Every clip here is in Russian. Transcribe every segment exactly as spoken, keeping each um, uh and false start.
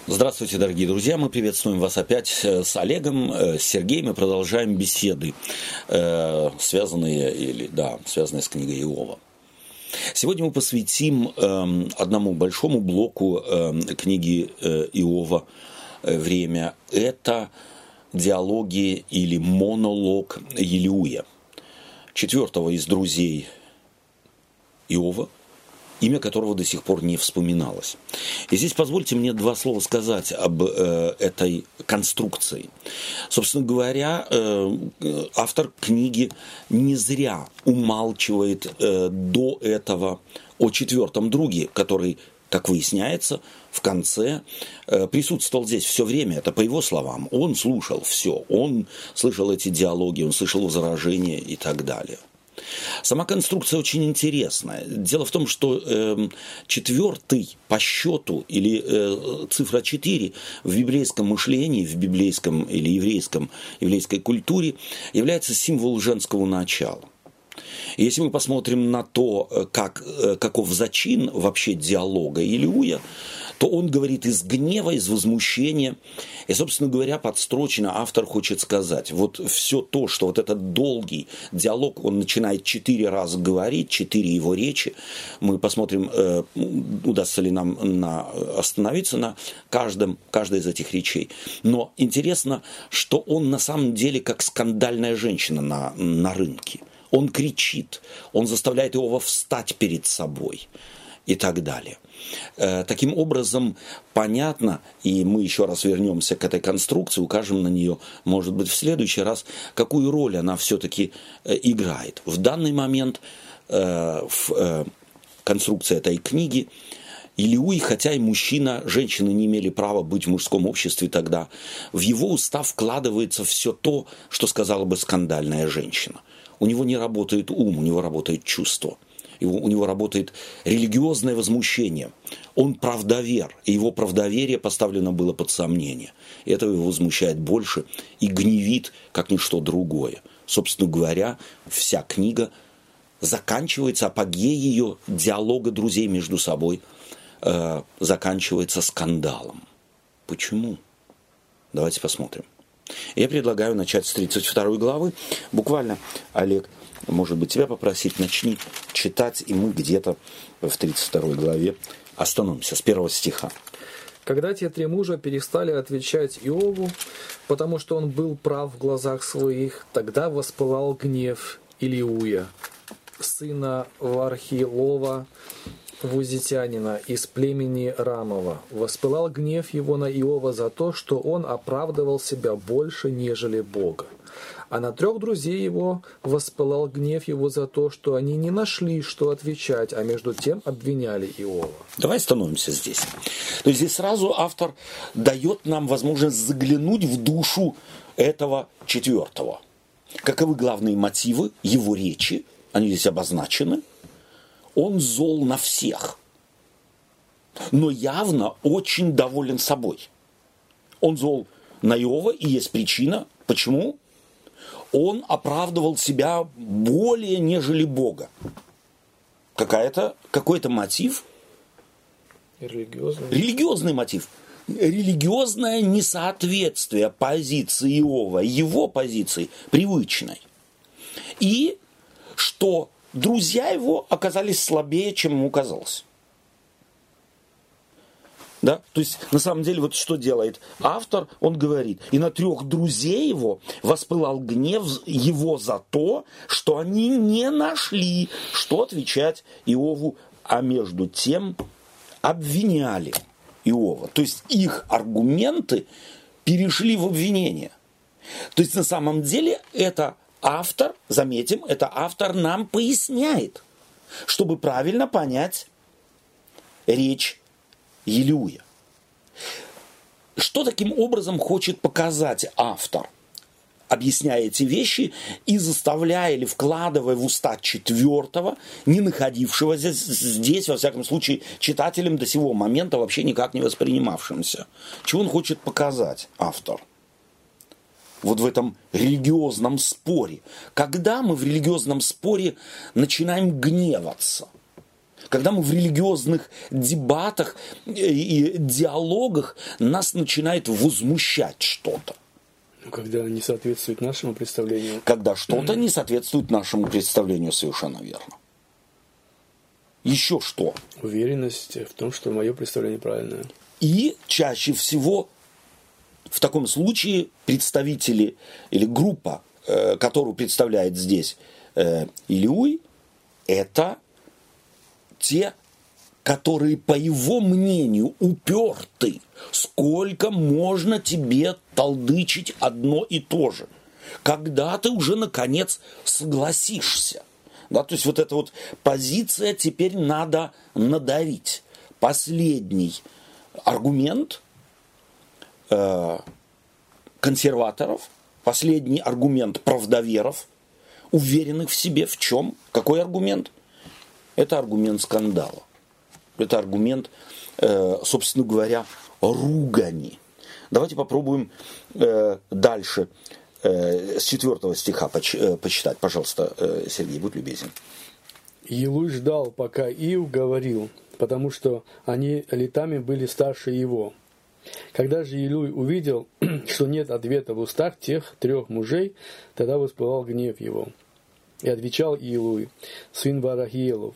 Здравствуйте, дорогие друзья. Мы приветствуем вас опять с Олегом, с Сергеем. Мы продолжаем беседы, связанные, или, да, связанные с книгой Иова. Сегодня мы посвятим одному большому блоку книги Иова «Время». Это диалоги или монолог Елиуя, четвертого из друзей Иова, имя которого до сих пор не вспоминалось. И здесь позвольте мне два слова сказать об э, этой конструкции. Собственно говоря, э, автор книги не зря умалчивает э, до этого о четвертом друге, который, как выясняется, в конце э, присутствовал здесь все время. Это по его словам. Он слушал все. Он слышал эти диалоги, он слышал возражения и так далее. Сама конструкция очень интересная. Дело в том, что э, четвертый по счету или э, цифра четыре в библейском мышлении, в библейском или еврейском, еврейской культуре является символом женского начала. И если мы посмотрим на то, как, каков зачин вообще диалога Елиуя, то он говорит из гнева, из возмущения. И, собственно говоря, подстрочно автор хочет сказать, вот все то, что вот этот долгий диалог, он начинает четыре раза говорить, четыре его речи. Мы посмотрим, э, удастся ли нам на, остановиться на каждом, каждой из этих речей. Но интересно, что он на самом деле как скандальная женщина на, на рынке. Он кричит, он заставляет Иова встать перед собой и так далее. Таким образом, понятно, и мы еще раз вернемся к этой конструкции, укажем на нее, может быть, в следующий раз, какую роль она все-таки играет. В данный момент в конструкции этой книги Елиуй, хотя и мужчина, женщины не имели права быть в мужском обществе тогда, в его устав вкладывается все то, что сказала бы скандальная женщина. У него не работает ум, у него работает чувство. У него работает религиозное возмущение. Он правдовер, и его правдоверие поставлено было под сомнение. И это его возмущает больше и гневит, как ничто другое. Собственно говоря, вся книга заканчивается, апогей ее диалога друзей между собой э, заканчивается скандалом. Почему? Давайте посмотрим. Я предлагаю начать с тридцать второй главы. Буквально, Олег, может быть, тебя попросить, начни читать, и мы где-то в тридцать второй главе остановимся, с первого стиха. «Когда те три мужа перестали отвечать Иову, потому что он был прав в глазах своих, тогда воспылал гнев Елиуя, сына Вархилова, вузитянина из племени Рамова. Воспылал гнев его на Иова за то, что он оправдывал себя больше, нежели Бога. А на трех друзей его воспылал гнев его за то, что они не нашли, что отвечать, а между тем обвиняли Иова». Давай остановимся здесь. То есть здесь сразу автор дает нам возможность заглянуть в душу этого четвертого. Каковы главные мотивы его речи? Они здесь обозначены. Он зол на всех, но явно очень доволен собой. Он зол на Иова, и есть причина. Почему? Он оправдывал себя более, нежели Бога. Какая-то, какой-то мотив. Религиозный. Религиозный мотив. Религиозное несоответствие позиции Иова, его позиции привычной. И что друзья его оказались слабее, чем ему казалось. Да? То есть, на самом деле, вот что делает автор, он говорит, и на трех друзей его воспылал гнев его за то, что они не нашли, что отвечать Иову, а между тем обвиняли Иова. То есть, их аргументы перешли в обвинение. То есть, на самом деле, это автор, заметим, это автор нам поясняет, чтобы правильно понять речь Елиуя. Что таким образом хочет показать автор, объясняя эти вещи и заставляя или вкладывая в уста четвертого, не находившегося здесь, во всяком случае, читателем до сего момента вообще никак не воспринимавшимся? Чего он хочет показать, автор? Вот в этом религиозном споре. Когда мы в религиозном споре начинаем гневаться, Когда мы в религиозных дебатах и диалогах, нас начинает возмущать что-то. Когда не соответствует нашему представлению. Когда что-то не соответствует нашему представлению, совершенно верно. Еще что? Уверенность в том, что мое представление правильное. И чаще всего в таком случае представители или группа, э, которую представляет здесь э, Илиуй, это те, которые, по его мнению, уперты. Сколько можно тебе толдычить одно и то же? Когда ты уже, наконец, согласишься? Да, то есть вот эта вот позиция теперь надо надавить. Последний аргумент э, консерваторов, последний аргумент правдоверов, уверенных в себе в чем? Какой аргумент? Это аргумент скандала. Это аргумент, э, собственно говоря, ругани. Давайте попробуем э, дальше э, с четвертого стиха поч, э, почитать. Пожалуйста, э, Сергей, будь любезен. Илуй ждал, пока Иов говорил, потому что они летами были старше его. Когда же Илуй увидел, что нет ответа в устах тех трех мужей, тогда воспылал гнев его. И отвечал Илуй, сын Варахиелов,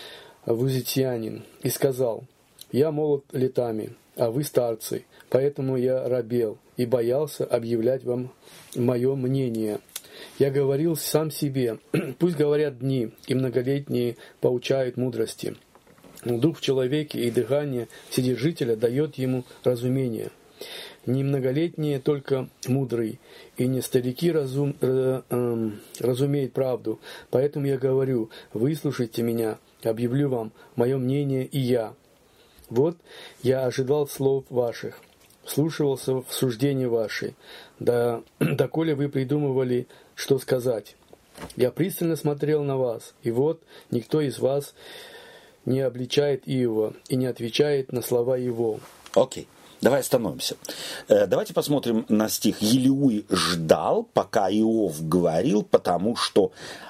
вузитянин, и сказал: «Я молод летами, а вы старцы, поэтому я робел и боялся объявлять вам мое мнение. Я говорил сам себе: пусть говорят дни, и многолетние поучают мудрости. Но дух в человеке и дыхание Вседержителя дает ему разумение. Не многолетние только мудрые, и не старики разум, э, э, разумеют правду. Поэтому я говорю: выслушайте меня, объявлю вам мое мнение и я. Вот я ожидал слов ваших, вслушивался в суждения ваши, да доколе вы придумывали, что сказать. Я пристально смотрел на вас, и вот никто из вас не обличает Иова и не отвечает на слова его». Окей. Давай остановимся. Давайте посмотрим на стих. Илиуй ждал, пока Иов говорил, потому что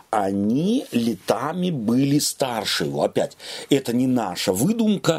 они летами были старше его. Опять, это не наша выдумка,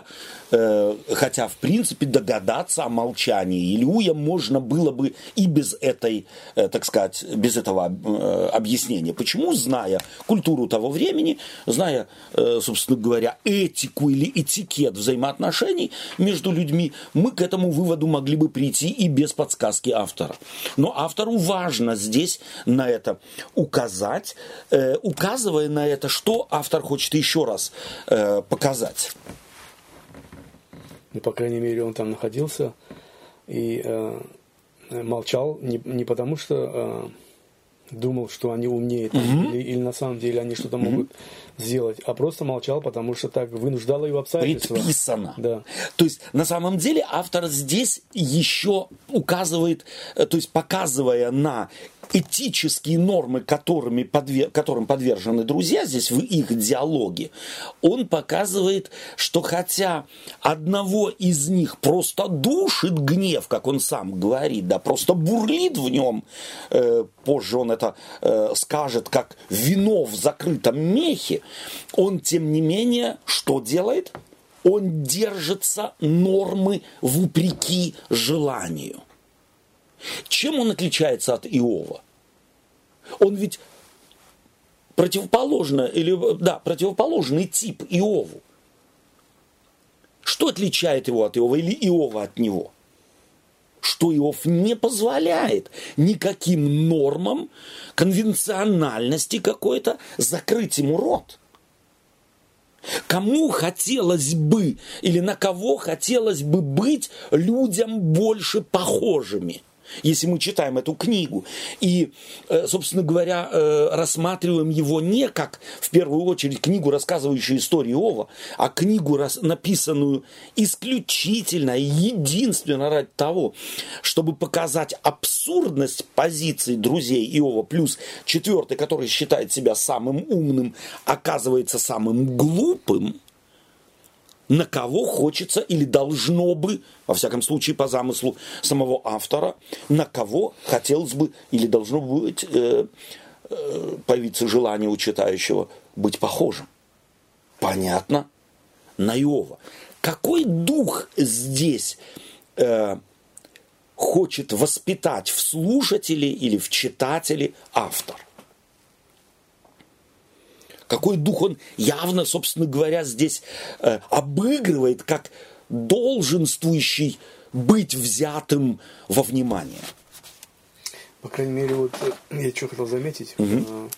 хотя, в принципе, догадаться о молчании Илиуя можно было бы и без этой, так сказать, без этого объяснения. Почему? Зная культуру того времени, зная, собственно говоря, этику или этикет взаимоотношений между людьми, мы к этому выводу могли бы прийти и без подсказки автора. Но автору важно здесь на это указать, э, указывая на это, что автор хочет еще раз э, показать. Ну, по крайней мере, он там находился и э, молчал не, не потому, что э, думал, что они умнее, там, mm-hmm. или, или на самом деле они что-то mm-hmm. могут сделать, а просто молчал, потому что так вынуждало его обстоятельства. Предписано. Да. То есть, на самом деле, автор здесь еще указывает, то есть, показывая на этические нормы, которыми подвер... которым подвержены друзья здесь в их диалоге, он показывает, что хотя одного из них просто душит гнев, как он сам говорит, да, просто бурлит в нем, э, позже он это э, скажет, как вино в закрытом мехе, он, тем не менее, что делает? Он держится нормы вопреки желанию. Чем он отличается от Иова? Он ведь противоположно, или, да, противоположный тип Иову. Что отличает его от Иова или Иова от него? Что Иов не позволяет никаким нормам, конвенциональности какой-то закрыть ему рот. Кому хотелось бы, или на кого хотелось бы быть людям больше похожими, если мы читаем эту книгу и, собственно говоря, рассматриваем его не как, в первую очередь, книгу, рассказывающую историю Иова, а книгу, написанную исключительно и единственно ради того, чтобы показать абсурдность позиций друзей Иова, плюс четвертый, который считает себя самым умным, оказывается самым глупым, на кого хочется или должно бы, во всяком случае по замыслу самого автора, на кого хотелось бы или должно быть э, э, появиться желание у читающего быть похожим. Понятно, на Иова. Какой дух здесь э, хочет воспитать в слушателе или в читателе автор? Какой дух он явно, собственно говоря, здесь э, обыгрывает, как долженствующий быть взятым во внимание? По крайней мере, вот я что хотел заметить. Угу.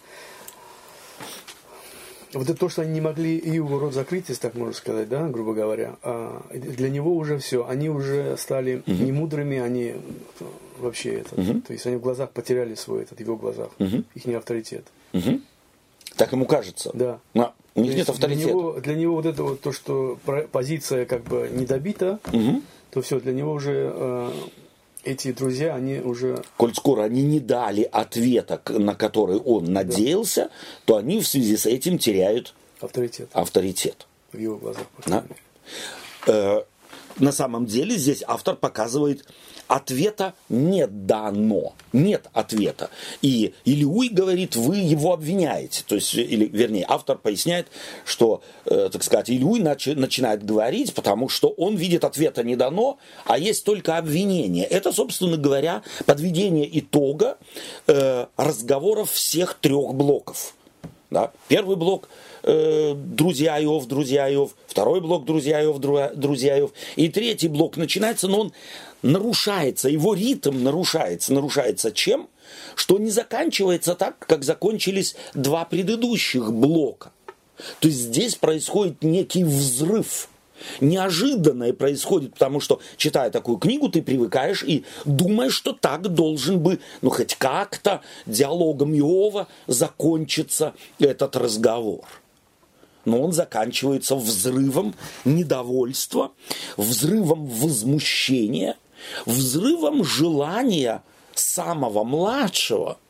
Вот это то, что они не могли Иову рот закрыть, если так можно сказать, да, грубо говоря, для него уже все, они уже стали угу. не мудрыми, они вообще это, угу. то есть они в глазах потеряли свой этот, его в глазах, угу. их не авторитет. Угу. Так ему кажется. Да. Но у них нет авторитета. Для него, для него вот это вот то, что позиция как бы не добита, угу. то все, для него уже э, эти друзья, они уже... Коль скоро они не дали ответа, на который он надеялся, да. то они в связи с этим теряют авторитет. авторитет. В его глазах. Да? Э, на самом деле здесь автор показывает, ответа не дано. Нет ответа. И Илиуй говорит, вы его обвиняете. То есть, или, вернее, автор поясняет, что, э, так сказать, Илиуй начи, начинает говорить, потому что он видит, ответа не дано, а есть только обвинение. Это, собственно говоря, подведение итога э, разговоров всех трех блоков. Да? Первый блок э, друзья Иов, друзья Иов. Второй блок друзья Иов, друзья Иов. И третий блок начинается, но он нарушается, его ритм нарушается. Нарушается чем? Что не заканчивается так, как закончились два предыдущих блока. То есть здесь происходит некий взрыв. Неожиданное происходит, потому что, читая такую книгу, ты привыкаешь и думаешь, что так должен бы, ну, хоть как-то диалогом Иова закончиться этот разговор. Но он заканчивается взрывом недовольства, взрывом возмущения, взрывом желания самого младшего.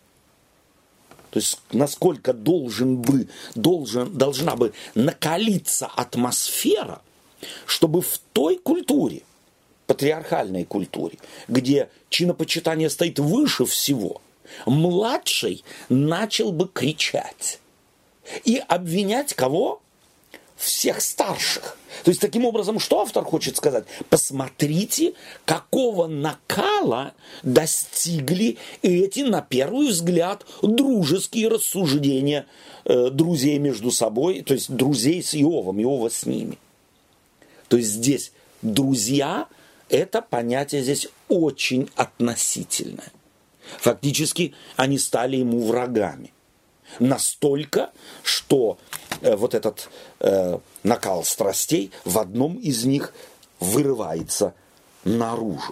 То есть, насколько должен бы, должен, должна бы накалиться атмосфера, чтобы в той культуре, патриархальной культуре, где чинопочитание стоит выше всего, младший начал бы кричать и обвинять кого? Всех старших. То есть, таким образом, что автор хочет сказать? Посмотрите, какого накала достигли эти, на первый взгляд, дружеские рассуждения э, друзей между собой, то есть друзей с Иовом, Иова с ними. То есть здесь друзья, это понятие здесь очень относительное. Фактически они стали ему врагами. Настолько, что э, вот этот э, накал страстей в одном из них вырывается наружу.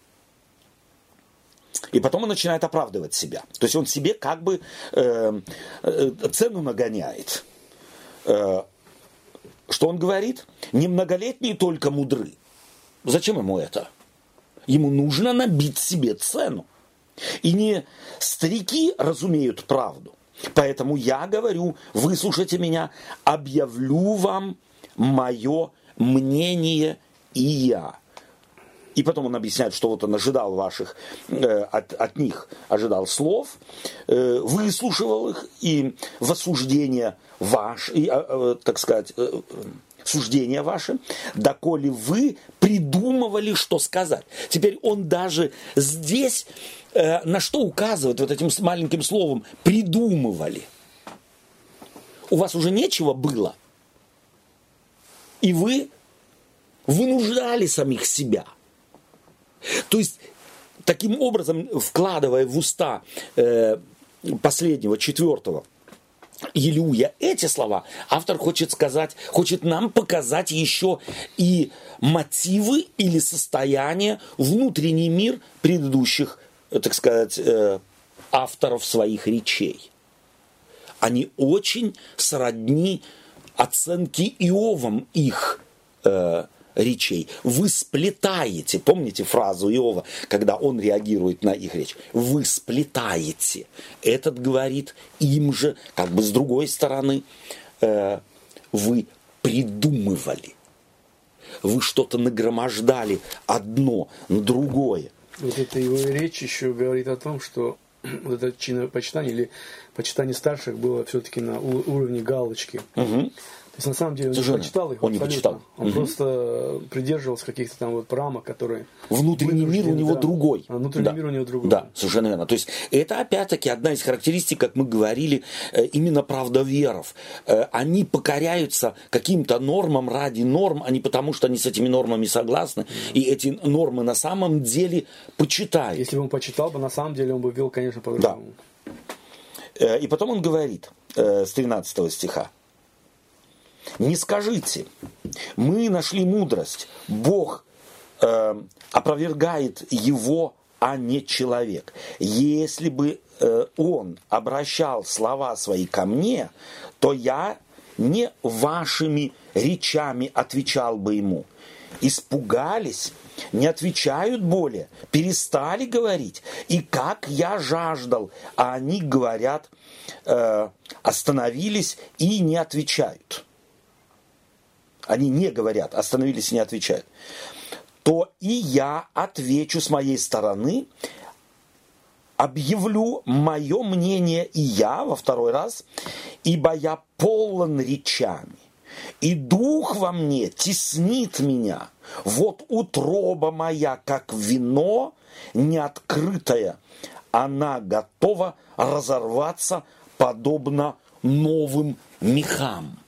И потом он начинает оправдывать себя. То есть он себе как бы э, э, цену нагоняет. Э, Что он говорит? Немноголетние только мудры. Зачем ему это? Ему нужно набить себе цену. И не старики разумеют правду. Поэтому я говорю, выслушайте меня, объявлю вам мое мнение и я. И потом он объясняет, что вот он ожидал ваших, э, от, от них ожидал слов, э, выслушивал их, и в осуждение ваше, и, э, э, так сказать, э, суждение ваше, доколе вы придумывали, что сказать. Теперь он даже здесь э, на что указывает вот этим маленьким словом «придумывали». У вас уже нечего было, и вы вынуждали самих себя. То есть, таким образом, вкладывая в уста э, последнего, четвертого Илиуя эти слова, автор хочет сказать, хочет нам показать еще и мотивы или состояние, внутренний мир предыдущих, так сказать, э, авторов своих речей. Они очень сродни оценке Иовом их э, речей. Вы сплетаете, помните фразу Иова, когда он реагирует на их речь? Вы сплетаете. Этот говорит им же, как бы с другой стороны, э, вы придумывали. Вы что-то нагромождали одно на другое. Вот эта его речь еще говорит о том, что вот это чинопочитание или почитание старших было все-таки на уровне галочки. Угу. То То есть, на самом деле, он Совершенно. не почитал их Он не абсолютно. почитал. Он Мгм. просто придерживался каких-то там вот рамок, которые... Внутренний мир у него да. другой. А внутренний Да. мир у него другой. Да, совершенно верно. То есть это опять-таки одна из характеристик, как мы говорили, э, именно правдоверов. Э, Они покоряются каким-то нормам ради норм, а не потому, что они с этими нормами согласны. И эти нормы на самом деле почитают. Если бы он почитал бы, на самом деле он бы вел, конечно, по-другому. Э, И потом он говорит э, с тринадцатого стиха. Не скажите, мы нашли мудрость, Бог э, опровергает его, а не человек. Если бы э, он обращал слова свои ко мне, то я не вашими речами отвечал бы ему. Испугались, не отвечают более, перестали говорить. И как я жаждал, а они говорят, э, остановились и не отвечают. Они не говорят, остановились и не отвечают. То и я отвечу с моей стороны, объявлю мое мнение и я во второй раз, ибо я полон речами, и дух во мне теснит меня. Вот утроба моя, как вино неоткрытое, она готова разорваться, подобно новым мехам.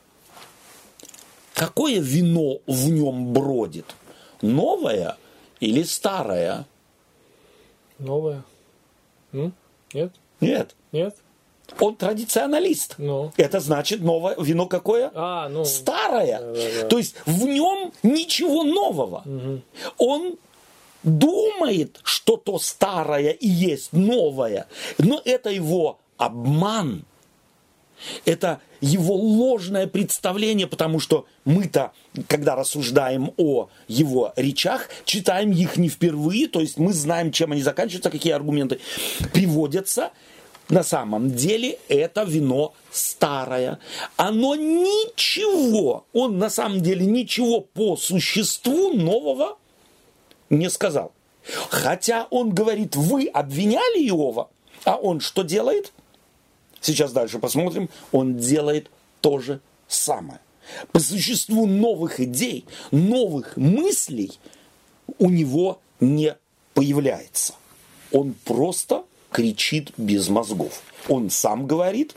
Какое вино в нем бродит? Новое или старое? Новое. М? Нет? Нет. Нет? Он традиционалист. Ну. Это значит новое вино какое? А, ну. Старое. Да, да, да. То есть в нем ничего нового. Мгм. Он думает, что то старое и есть новое. Но это его обман. Это его ложное представление, потому что мы-то, когда рассуждаем о его речах, читаем их не впервые, то есть мы знаем, чем они заканчиваются, какие аргументы приводятся. На самом деле это вино старое. Оно ничего, он на самом деле ничего по существу нового не сказал. Хотя он говорит, вы обвиняли Иова, а он что делает? Сейчас дальше посмотрим. Он делает то же самое. По существу новых идей, новых мыслей у него не появляется. Он просто кричит без мозгов. Он сам говорит,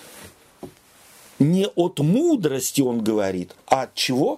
не от мудрости он говорит, а от чего?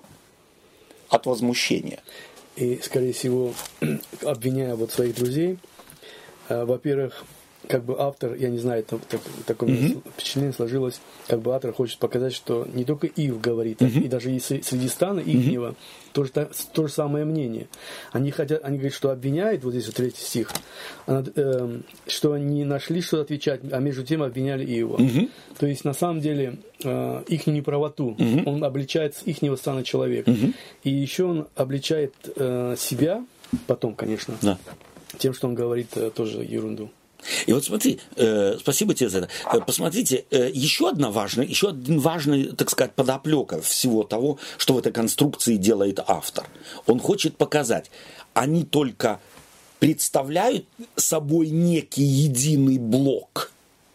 От возмущения. И, скорее всего, обвиняя вот своих друзей, э, во-первых, как бы автор, я не знаю, там, так, такое mm-hmm. впечатление сложилось, как бы автор хочет показать, что не только Иов говорит, mm-hmm. и даже и среди стана ихнего mm-hmm. тоже, то, то же самое мнение. Они хотят, они говорят, что обвиняют, вот здесь вот третий стих, она, э, что они нашли, что отвечать, а между тем обвиняли Иова. Mm-hmm. То есть, на самом деле, э, их неправоту, mm-hmm. он обличает с ихнего стана человека. Mm-hmm. И еще он обличает э, себя, потом, конечно, yeah. тем, что он говорит э, тоже ерунду. И вот смотри, э, спасибо тебе за это. Э, посмотрите, э, еще одна важная, еще один важный, так сказать, подоплека всего того, что в этой конструкции делает автор. Он хочет показать, они только представляют собой некий единый блок,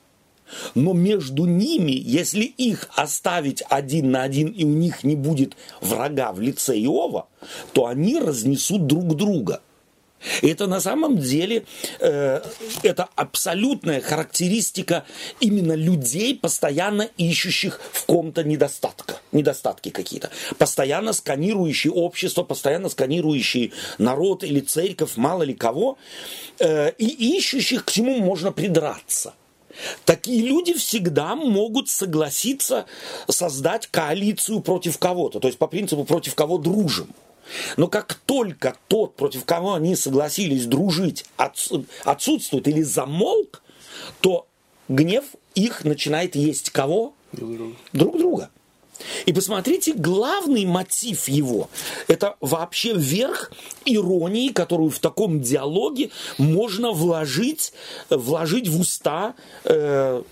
но между ними, если их оставить один на один, и у них не будет врага в лице Иова, то они разнесут друг друга. И это на самом деле э, это абсолютная характеристика именно людей, постоянно ищущих в ком-то недостатка, недостатки какие-то, постоянно сканирующие общество, постоянно сканирующие народ или церковь, мало ли кого, э, и ищущих, к чему можно придраться. Такие люди всегда могут согласиться создать коалицию против кого-то, то есть по принципу против кого дружим. Но как только тот, против кого они согласились дружить, отсутствует или замолк, то гнев их начинает есть кого? Друг друга. Друг друга. И посмотрите, главный мотив его – это вообще верх иронии, которую в таком диалоге можно вложить, вложить в уста э,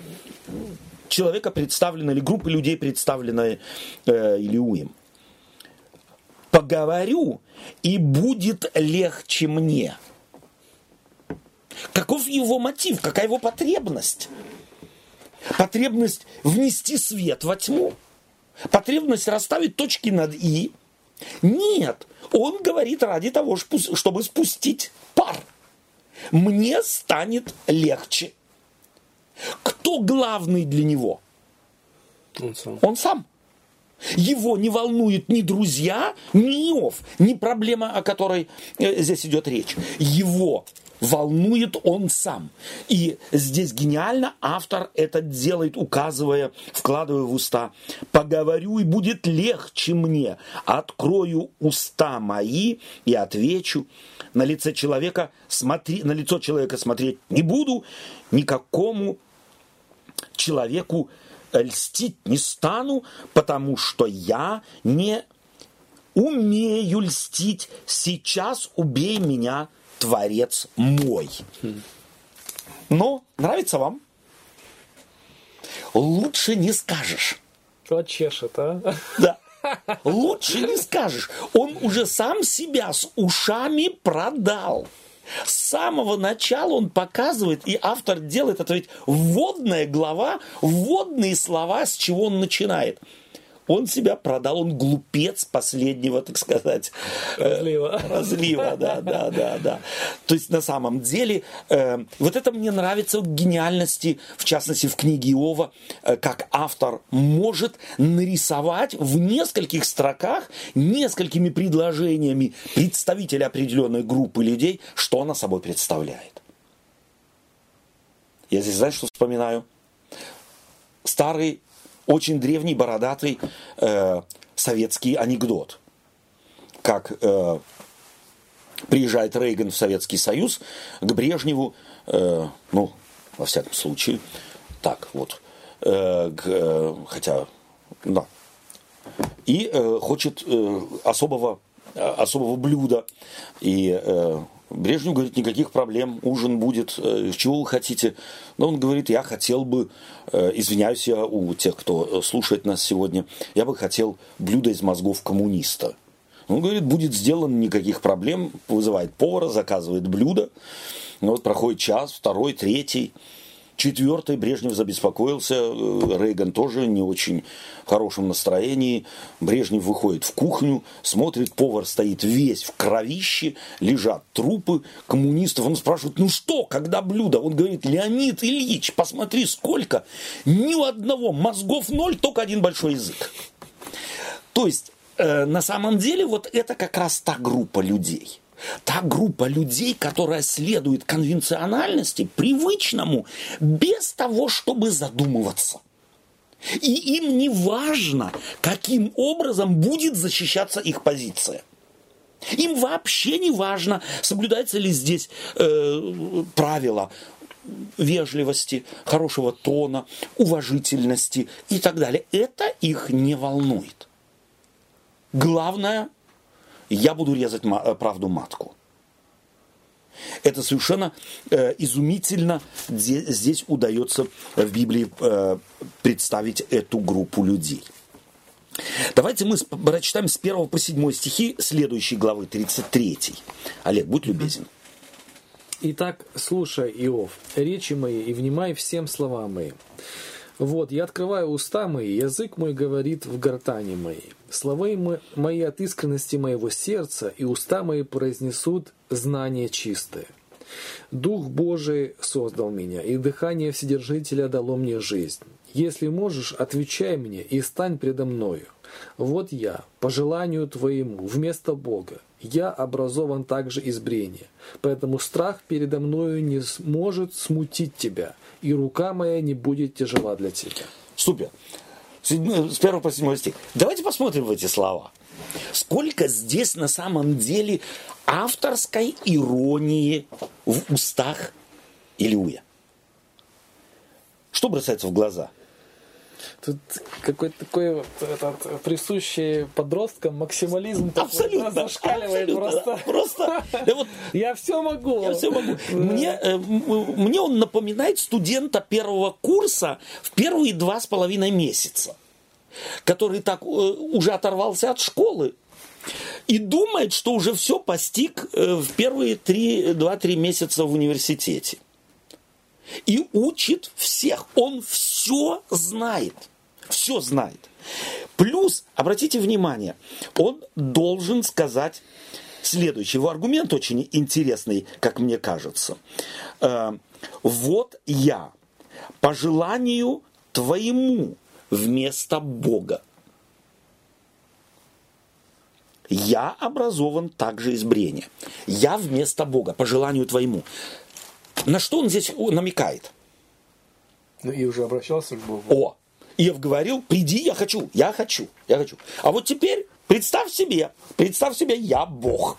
человека, представленного, или группы людей, представленной э, Илиуем. Поговорю, и будет легче мне. Каков его мотив? Какая его потребность? Потребность внести свет во тьму? Потребность расставить точки над «и». Нет, он говорит ради того, чтобы спустить пар. Мне станет легче. Кто главный для него? Он сам. Он сам. Его не волнуют ни друзья, ни Иов, ни проблема, о которой здесь идет речь. Его волнует он сам. И здесь гениально автор это делает, указывая, вкладывая в уста. «Поговорю, и будет легче мне. Открою уста мои и отвечу. На лице человека смотри, на лицо человека смотреть не буду, никакому человеку льстить не стану, потому что я не умею льстить. Сейчас убей меня, Творец мой». Но нравится вам? Лучше не скажешь. Вот чешет, а? Да. Лучше не скажешь. Он уже сам себя с ушами продал. С самого начала он показывает, и автор делает это ведь вводная глава, вводные слова, с чего он начинает. Он себя продал, он глупец последнего, так сказать, разлива. Э, разлива, да, да, да, да. То есть на самом деле, э, вот это мне нравится в гениальности, в частности в книге Иова, э, как автор может нарисовать в нескольких строках, несколькими предложениями представителя определенной группы людей, что она собой представляет. Я здесь, знаешь, что вспоминаю? Старый, очень древний, бородатый э, советский анекдот. Как э, приезжает Рейган в Советский Союз к Брежневу, э, ну, во всяком случае, так вот, э, к, э, хотя, да, и э, хочет э, особого, особого блюда. И э, Брежнев говорит, никаких проблем, ужин будет, э, чего вы хотите? Но он говорит, я хотел бы, э, извиняюсь я у тех, кто слушает нас сегодня, я бы хотел блюдо из мозгов коммуниста. Он говорит, будет сделано, никаких проблем, вызывает повара, заказывает блюдо. Ну, вот проходит час, второй, третий, четвертый, Брежнев забеспокоился, Рейган тоже не очень в хорошем настроении. Брежнев выходит в кухню, смотрит, повар стоит весь в кровище, лежат трупы коммунистов. Он спрашивает, ну что, когда блюдо? Он говорит, Леонид Ильич, посмотри, сколько, ни у одного, мозгов ноль, только один большой язык. То есть, э, на самом деле, вот это как раз та группа людей. Та группа людей, которая следует конвенциональности, привычному, без того, чтобы задумываться. И им не важно, каким образом будет защищаться их позиция. Им вообще не важно, соблюдается ли здесь э, правила вежливости, хорошего тона, уважительности и так далее. Это их не волнует. Главное, я буду резать правду матку. Это совершенно э, изумительно здесь удается в Библии э, представить эту группу людей. Давайте мы прочитаем с первого по седьмой стихи следующей главы, тридцать третьей. Олег, будь любезен. Итак, слушай, Иов, речи мои и внимай всем словам моим. Вот, я открываю уста мои, язык мой говорит в гортани моей. Слова мои от искренности моего сердца, и уста мои произнесут знание чистое. Дух Божий создал меня, и дыхание Вседержителя дало мне жизнь. Если можешь, отвечай мне и стань предо мною. Вот я, по желанию твоему, вместо Бога. Я образован также из брения, поэтому страх передо мною не сможет смутить тебя, и рука моя не будет тяжела для тебя. Супер. С первого по седьмой стих. Давайте посмотрим в эти слова. Сколько здесь на самом деле авторской иронии в устах Илиуя. Что бросается в глаза? Тут какой-то такой вот этот присущий подросткам максимализм абсолютно, зашкаливает абсолютно, просто. Да, просто да, вот, я все могу. Я все могу. Мне, э, мне он напоминает студента первого курса в первые два с половиной месяца, который так э, уже оторвался от школы и думает, что уже все постиг э, в первые два-три месяца в университете. И учит всех. Он все знает. Все знает. Плюс, обратите внимание, он должен сказать следующий. Его аргумент очень интересный, как мне кажется. «Вот я, по желанию твоему, вместо Бога. Я образован также из брения. Я вместо Бога, по желанию твоему». На что он здесь намекает? Ну, и уже обращался к Богу. О, Иов говорил: приди, я хочу, я хочу, я хочу. А вот теперь представь себе, представь себе, я Бог.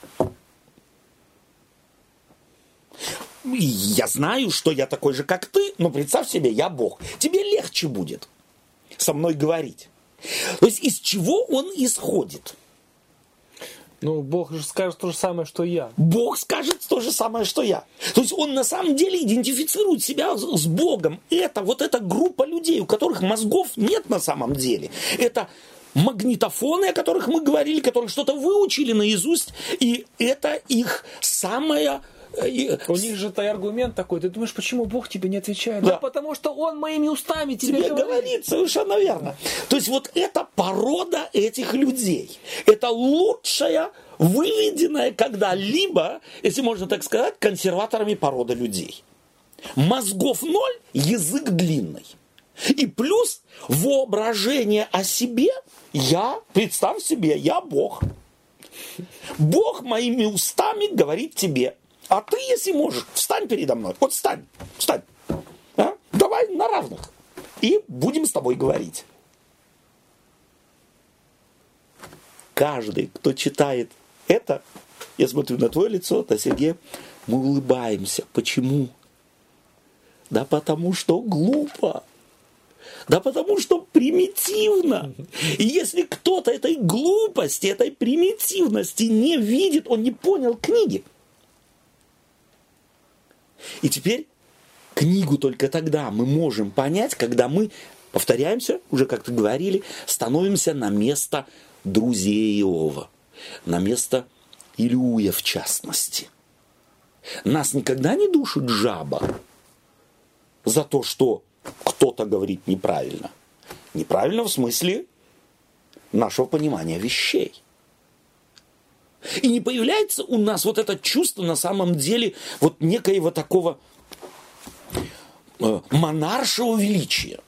Я знаю, что я такой же, как ты, но представь себе, я Бог. Тебе легче будет со мной говорить. То есть из чего он исходит? Ну, Бог же скажет то же самое, что я. Бог скажет то же самое, что я. То есть он на самом деле идентифицирует себя с Богом. Это вот эта группа людей, у которых мозгов нет на самом деле. Это магнитофоны, о которых мы говорили, которые что-то выучили наизусть. И это их самая... У них же и аргумент такой. Ты думаешь, почему Бог тебе не отвечает? Да, да потому что Он моими устами тебе, тебе говорит. говорит. Совершенно верно. То есть вот это порода этих людей. Это лучшая, выведенная когда-либо, если можно так сказать, консерваторами порода людей. Мозгов ноль, язык длинный. И плюс воображение о себе. Я, представь себе, я Бог. Бог моими устами говорит тебе. А ты, если можешь, встань передо мной. Вот встань, встань. А? Давай на равных. И будем с тобой говорить. Каждый, кто читает это, я смотрю на твое лицо, на Сергея, мы улыбаемся. Почему? Да потому что глупо. Да потому что примитивно. И если кто-то этой глупости, этой примитивности не видит, он не понял книги. И теперь книгу только тогда мы можем понять, когда мы, повторяемся, уже как-то говорили, становимся на место друзей Иова, на место Илиуя в частности. Нас никогда не душит жаба за то, что кто-то говорит неправильно. Неправильно в смысле нашего понимания вещей. И не появляется у нас вот это чувство на самом деле вот некоего такого э, монаршего величия.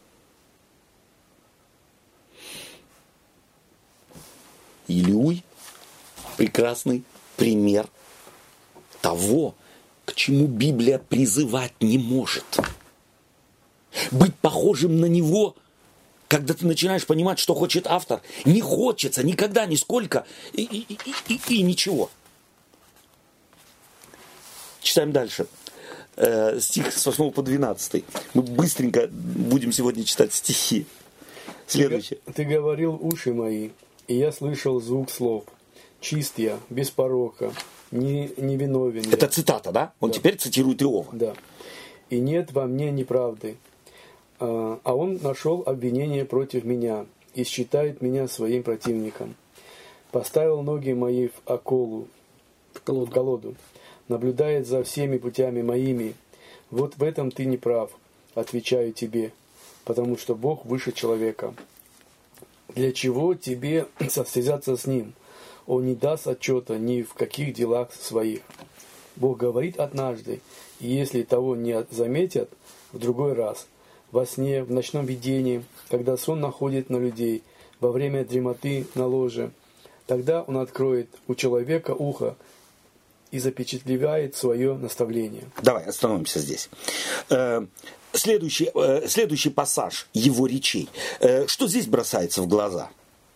Илиуй – прекрасный пример того, к чему Библия призывать не может. Быть похожим на него, когда ты начинаешь понимать, что хочет автор, не хочется никогда, нисколько, и, и, и, и, и ничего. Читаем дальше. Э, стих с восьмого по двенадцатый. Мы быстренько будем сегодня читать стихи. Следующее. Ты, ты говорил уши мои, и я слышал звук слов. Чист я, без порока, не, не виновен. Это цитата, да? Он да. теперь цитирует Иова. Да. И нет во мне неправды. А он нашел обвинение против меня и считает меня своим противником. Поставил ноги мои в околу, в колоду, в колоду. Наблюдает за всеми путями моими. Вот в этом ты не прав, отвечаю тебе, потому что Бог выше человека. Для чего тебе состязаться с Ним? Он не даст отчета ни в каких делах своих. Бог говорит однажды, и если того не заметят, в другой раз. Во сне, в ночном видении, когда сон находит на людей, во время дремоты на ложе. Тогда он откроет у человека ухо и запечатлевает свое наставление. Давай остановимся здесь. Следующий, следующий пассаж его речей. Что здесь бросается в глаза?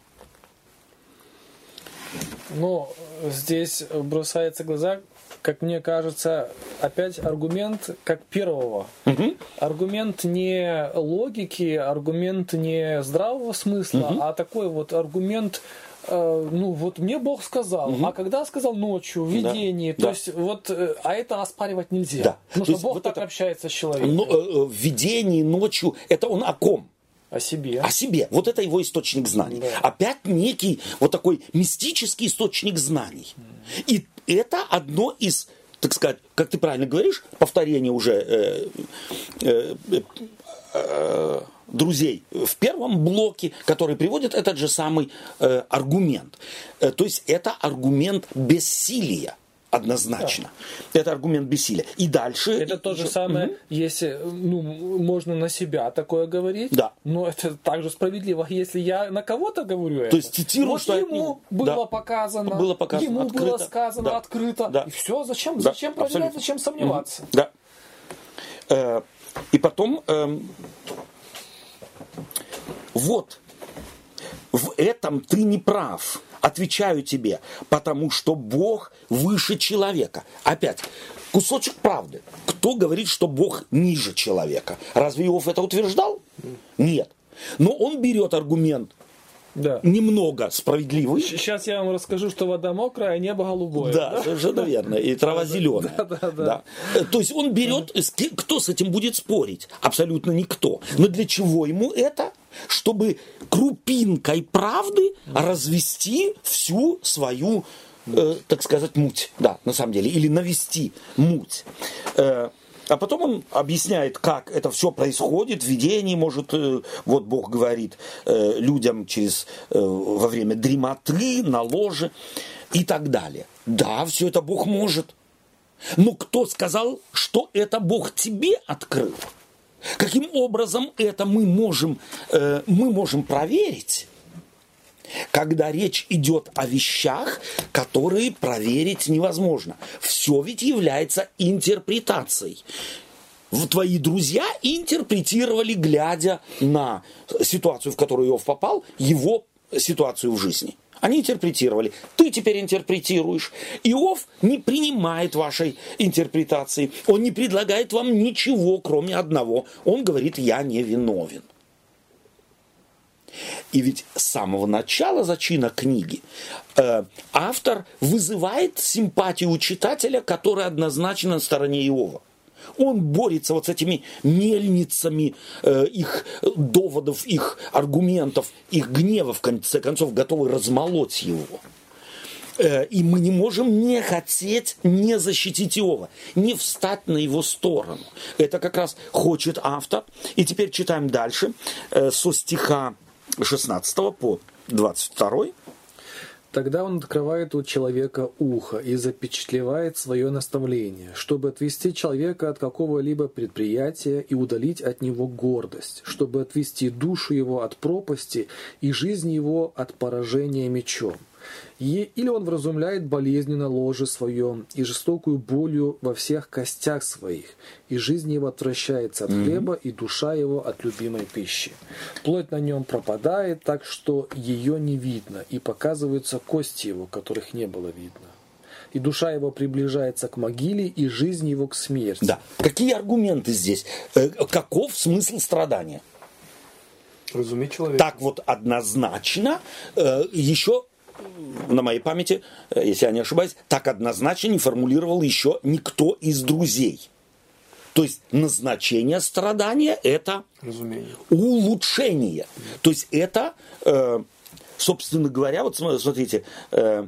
Ну, здесь бросается в глаза, как мне кажется, опять аргумент как первого. Угу. Аргумент не логики, аргумент не здравого смысла, угу. а такой вот аргумент, э, ну вот мне Бог сказал, угу. а когда сказал ночью, в видении, да. то да. есть вот, э, а это оспаривать нельзя. Да. Потому то что Бог вот так это... общается с человеком. Но, э, в видении ночью, это он о ком? О себе. О себе. Вот это его источник знаний. Да. Опять некий вот такой мистический источник знаний. Mm. И это одно из, так сказать, как ты правильно говоришь, повторение уже э, э, э, друзей в первом блоке, который приводит этот же самый э, аргумент. Э, то есть это аргумент бессилия. Однозначно. Да. Это аргумент бессилия. И дальше... Это то же самое, угу. если ну, можно на себя такое говорить, да. но это также справедливо, если я на кого-то говорю то это. есть цитирую, вот что ему от... было, да. показано, было показано, ему открыто. было сказано да. открыто, да. и все, зачем, да. зачем проверять, Абсолютно. зачем сомневаться? Угу. Да. Э, и потом... Э, вот. В этом ты не прав. Отвечаю тебе, потому что Бог выше человека. Опять, кусочек правды. Кто говорит, что Бог ниже человека? Разве Иов это утверждал? Нет. Но он берет аргумент да. немного справедливый. Сейчас я вам расскажу, что вода мокрая, а небо голубое. Да, да? совершенно верно. И трава зеленая. Да, да, да. Да. То есть он берет... Кто с этим будет спорить? Абсолютно никто. Но для чего ему это? Чтобы крупинкой правды развести всю свою, э, так сказать, муть. Да, на самом деле. Или навести муть. Э, а потом он объясняет, как это все происходит, в видении, может, э, вот Бог говорит э, людям через, э, во время дремоты, на ложе и так далее. Да, все это Бог может. Но кто сказал, что это Бог тебе открыл? Каким образом это мы можем, э, мы можем проверить, когда речь идет о вещах, которые проверить невозможно? Все ведь является интерпретацией. Твои друзья интерпретировали, глядя на ситуацию, в которую Иов попал, его ситуацию в жизни. Они интерпретировали. Ты теперь интерпретируешь. Иов не принимает вашей интерпретации. Он не предлагает вам ничего, кроме одного. Он говорит, я не виновен. И ведь с самого начала зачина книги э, автор вызывает симпатию у читателя, который однозначно на стороне Иова. Он борется вот с этими мельницами э, их доводов, их аргументов, их гнева, в конце концов, готовы размолоть его. Э, и мы не можем не хотеть не защитить Иова, не встать на его сторону. Это как раз хочет автор. И теперь читаем дальше, э, со стиха шестнадцатого по двадцать второй. Тогда он открывает у человека ухо и запечатлевает свое наставление, чтобы отвести человека от какого-либо предприятия и удалить от него гордость, чтобы отвести душу его от пропасти и жизнь его от поражения мечом. И, или он вразумляет болезнью на ложе своем и жестокую болью во всех костях своих, и жизнь его отвращается от хлеба, и душа его от любимой пищи. Плоть на нем пропадает, так что ее не видно, и показываются кости его, которых не было видно. И душа его приближается к могиле, и жизнь его к смерти. Да. Какие аргументы здесь? Каков смысл страдания? Разуметь человека. Так вот однозначно еще... на моей памяти, если я не ошибаюсь, так однозначно не формулировал еще никто из друзей. То есть назначение страдания – это разумение, улучшение. То есть это, э, собственно говоря, вот смотрите, э,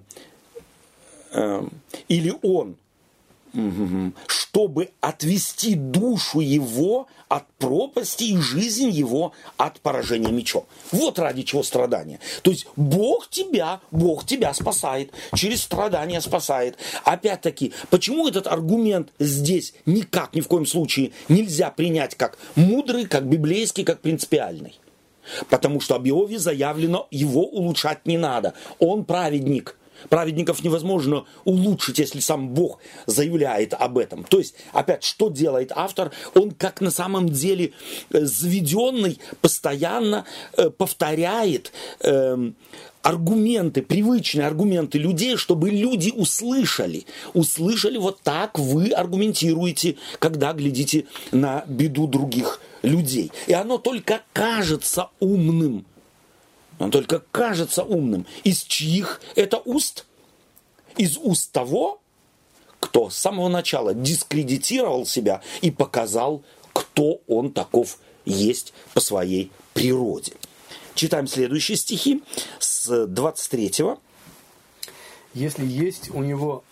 э, или он, угу, чтобы отвести душу его от пропасти и жизнь его от поражения мечом. Вот ради чего страдания. То есть Бог тебя, Бог тебя спасает, через страдания спасает. Опять-таки, почему этот аргумент здесь никак, ни в коем случае нельзя принять как мудрый, как библейский, как принципиальный? Потому что об Иове заявлено, его улучшать не надо. Он праведник. Праведников невозможно улучшить, если сам Бог заявляет об этом. То есть, опять, что делает автор? Он, как на самом деле заведенный, постоянно повторяет аргументы, привычные аргументы людей, чтобы люди услышали. Услышали, вот так вы аргументируете, когда глядите на беду других людей. И оно только кажется умным. Он только кажется умным. Из чьих это уст? Из уст того, кто с самого начала дискредитировал себя и показал, кто он таков есть по своей природе. Читаем следующие стихи с двадцать третьего. Если есть у него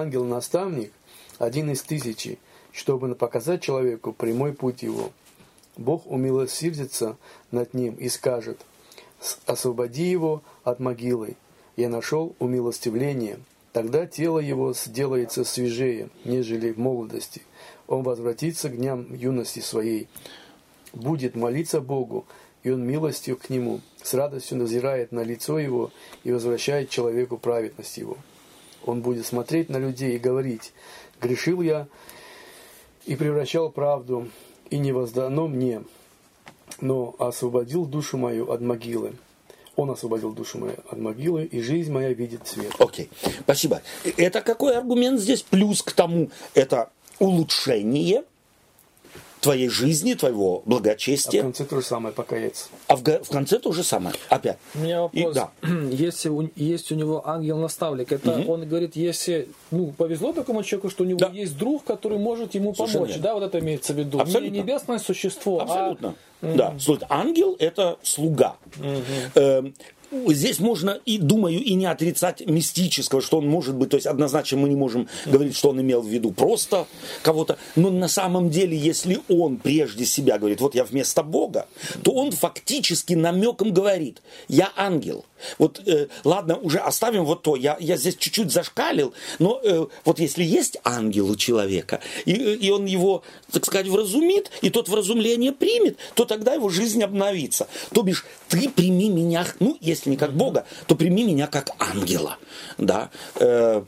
ангел-наставник, один из тысячи, чтобы показать человеку прямой путь его, Бог умилосердится над ним и скажет: освободи его от могилы, я нашел умилостивление. Тогда тело его сделается свежее, нежели в молодости. Он возвратится к дням юности своей, будет молиться Богу, и он милостью к нему, с радостью назирает на лицо его и возвращает человеку праведность его. Он будет смотреть на людей и говорить: грешил я и превращал правду, и не воздано мне, но освободил душу мою от могилы. Он освободил душу мою от могилы, и жизнь моя видит свет. Окей, okay. Спасибо. Это какой аргумент здесь? Плюс к тому, это улучшение твоей жизни, твоего благочестия. А в конце то же самое, покаяться. А в, в конце то же самое, опять. У меня вопрос. И, да. Если у, есть у него ангел-наставник, это угу. он говорит, если ну, повезло такому человеку, что у него да. есть друг, который может ему Совершенно помочь. верно. Да, вот это имеется в виду. Абсолютно. Не небесное существо, абсолютно. а... Да. Слушай, ангел – это слуга. Угу. Эм, Здесь можно, и думаю, и не отрицать мистического, что он может быть, то есть однозначно мы не можем говорить, что он имел в виду просто кого-то, но на самом деле, если он прежде себя говорит, вот я вместо Бога, то он фактически намеком говорит, я ангел. Вот, э, ладно, уже оставим вот то, я, я здесь чуть-чуть зашкалил, но э, вот если есть ангел у человека, и, и он его, так сказать, вразумит, и тот вразумление примет, то тогда его жизнь обновится. То бишь, ты прими меня, ну, если не как Бога, то прими меня как ангела. Да? Э,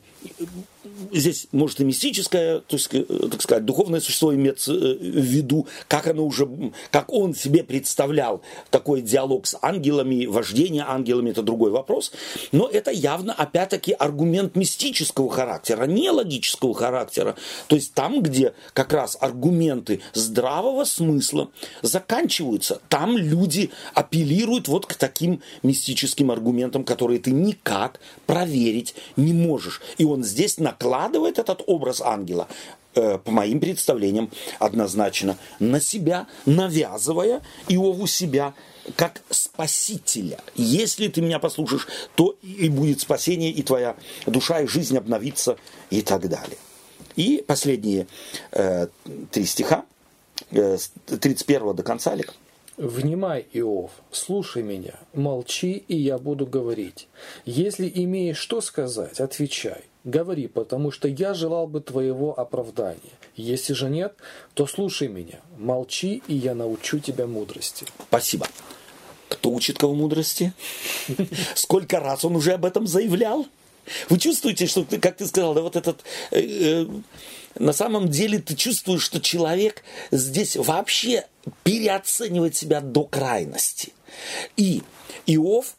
здесь может и мистическое, то есть, так сказать, духовное существо имеется в виду, как оно уже, как он себе представлял такой диалог с ангелами, вождение ангелами, это другой вопрос. Но это явно, опять-таки, аргумент мистического характера, не логического характера. То есть там, где как раз аргументы здравого смысла заканчиваются, там люди апеллируют вот к таким мистическим аргументам, которые ты никак проверить не можешь. И он здесь накладывает этот образ ангела, э, по моим представлениям, однозначно на себя, навязывая Иову себя как спасителя. Если ты меня послушаешь, то и будет спасение, и твоя душа, и жизнь обновится, и так далее. И последние э, три стиха, э, с тридцать первого до конца, Олег. «Внимай, Иов, слушай меня, молчи, и я буду говорить. Если имеешь что сказать, отвечай. Говори, потому что я желал бы твоего оправдания. Если же нет, то слушай меня, молчи, и я научу тебя мудрости». Спасибо. Кто учит кого мудрости? Сколько раз он уже об этом заявлял? Вы чувствуете, что, как ты сказал, да, вот этот... Э, э, на самом деле ты чувствуешь, что человек здесь вообще переоценивает себя до крайности. И Иов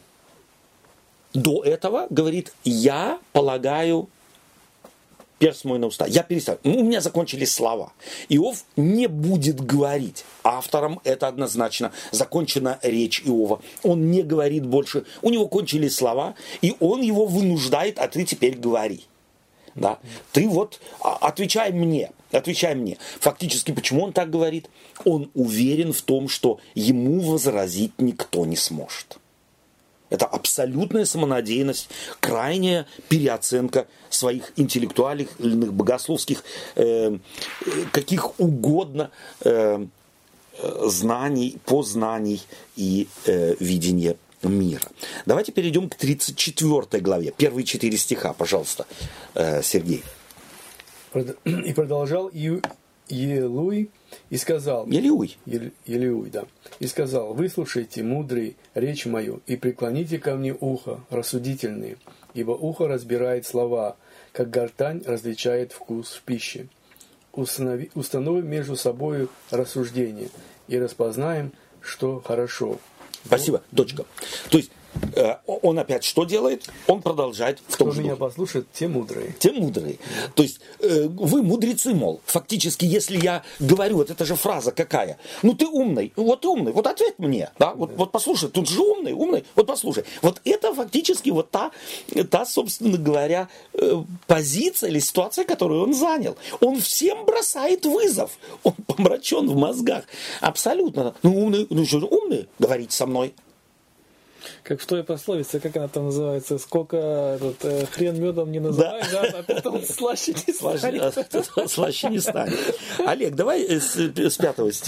до этого говорит: я полагаю перст мой на уста. Я перестал. Ну, у меня закончились слова. Иов не будет говорить. Автором это однозначно закончена речь Иова. Он не говорит больше. У него кончились слова, и он его вынуждает: а ты теперь говори. Да? Ты вот отвечай мне, отвечай мне. Фактически, почему он так говорит? Он уверен в том, что ему возразить никто не сможет. Это абсолютная самонадеянность, крайняя переоценка своих интеллектуальных, богословских, э, каких угодно э, знаний, познаний и э, видения мира. Давайте перейдем к тридцать четвёртой главе. Первые четыре стиха, пожалуйста, э, Сергей. И продолжал Елуй и сказал... Елиуй. Елиуй, да. И сказал: выслушайте, мудрый, речь мою, и преклоните ко мне ухо, рассудительные, ибо ухо разбирает слова, как гортань различает вкус в пище. Установи, установим между собою рассуждение, и распознаем, что хорошо. Спасибо, точка. То есть, э, он опять что делает? Он продолжает в том же Кто меня духе. послушает, те мудрые. Те мудрые. То есть, э, вы мудрецы, мол. Фактически, если я говорю, вот это же фраза какая? Ну, ты умный. Вот умный. Вот ответь мне. Да? Вот, вот послушай. Тут же умный, умный. Вот послушай. Вот это фактически вот та, та собственно говоря, э, позиция или ситуация, которую он занял. Он всем бросает вызов. Он помрачен в мозгах. Абсолютно. Ну, умный. Ну, что, умный? Говорите со мной. Как в той пословице, как она там называется, сколько этот, э, хрен медом не называй, да, да, а потом слаще не станет. Слаще не станет. Олег, давай с, с пятого стиха.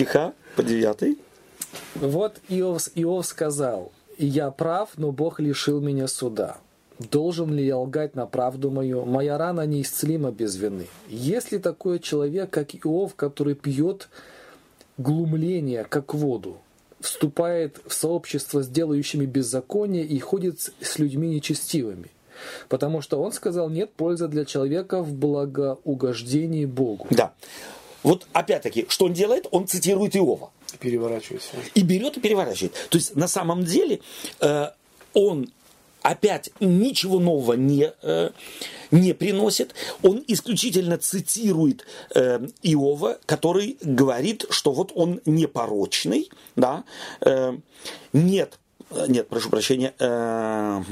по девятой. Вот Иов, Иов сказал: «Я прав, но Бог лишил меня суда. Должен ли я лгать на правду мою? Моя рана неисцелима без вины. Есть ли такой человек, как Иов, который пьет глумление, как воду, вступает в сообщество с делающими беззаконие и ходит с людьми нечестивыми? Потому что он сказал: нет пользы для человека в благоугождении Богу». Да. Вот опять-таки, что он делает? Он цитирует Иова. Переворачивается. И берет и переворачивает. То есть на самом деле э, он опять ничего нового не, э, не приносит. Он исключительно цитирует э, Иова, который говорит, что вот он непорочный. Да? Э, нет, нет, прошу прощения, э,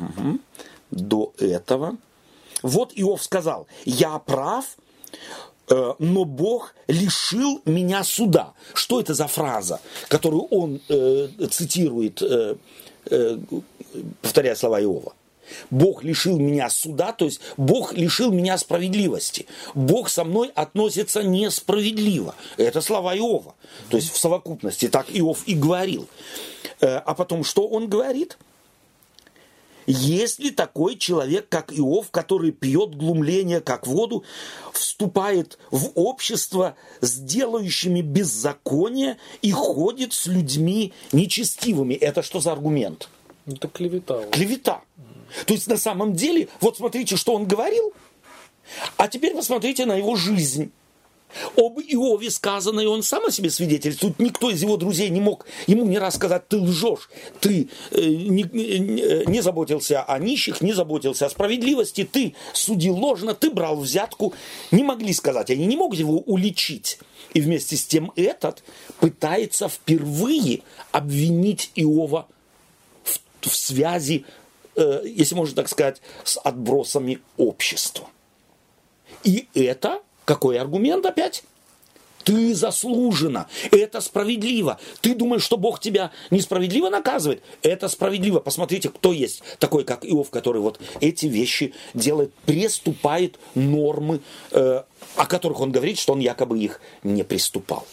до этого. Вот Иов сказал: «Я прав, но Бог лишил меня суда». Что это за фраза, которую он э, цитирует, э, э, повторяя слова Иова? Бог лишил меня суда, то есть Бог лишил меня справедливости. Бог со мной относится несправедливо. Это слова Иова. То есть в совокупности так Иов и говорил. Э, а потом что он говорит? Есть ли такой человек, как Иов, который пьет глумление, как воду, вступает в общество с делающими беззаконие и ходит с людьми нечестивыми? Это что за аргумент? Это клевета. Клевета. То есть на самом деле, вот смотрите, что он говорил, а теперь посмотрите на его жизнь. Об Иове сказано, и он сам о себе свидетельствует. Никто из его друзей не мог ему не раз сказать: ты лжешь, ты э, не, не, не заботился о нищих, не заботился о справедливости, ты судил ложно, ты брал взятку. Не могли сказать, они не могут его уличить. И вместе с тем этот пытается впервые обвинить Иова в, в связи, э, если можно так сказать, с отбросами общества. И это... Какой аргумент опять? Ты заслуженно. Это справедливо. Ты думаешь, что Бог тебя несправедливо наказывает? Это справедливо. Посмотрите, кто есть такой, как Иов, который вот эти вещи делает, приступает нормы, э, о которых он говорит, что он якобы их не приступал.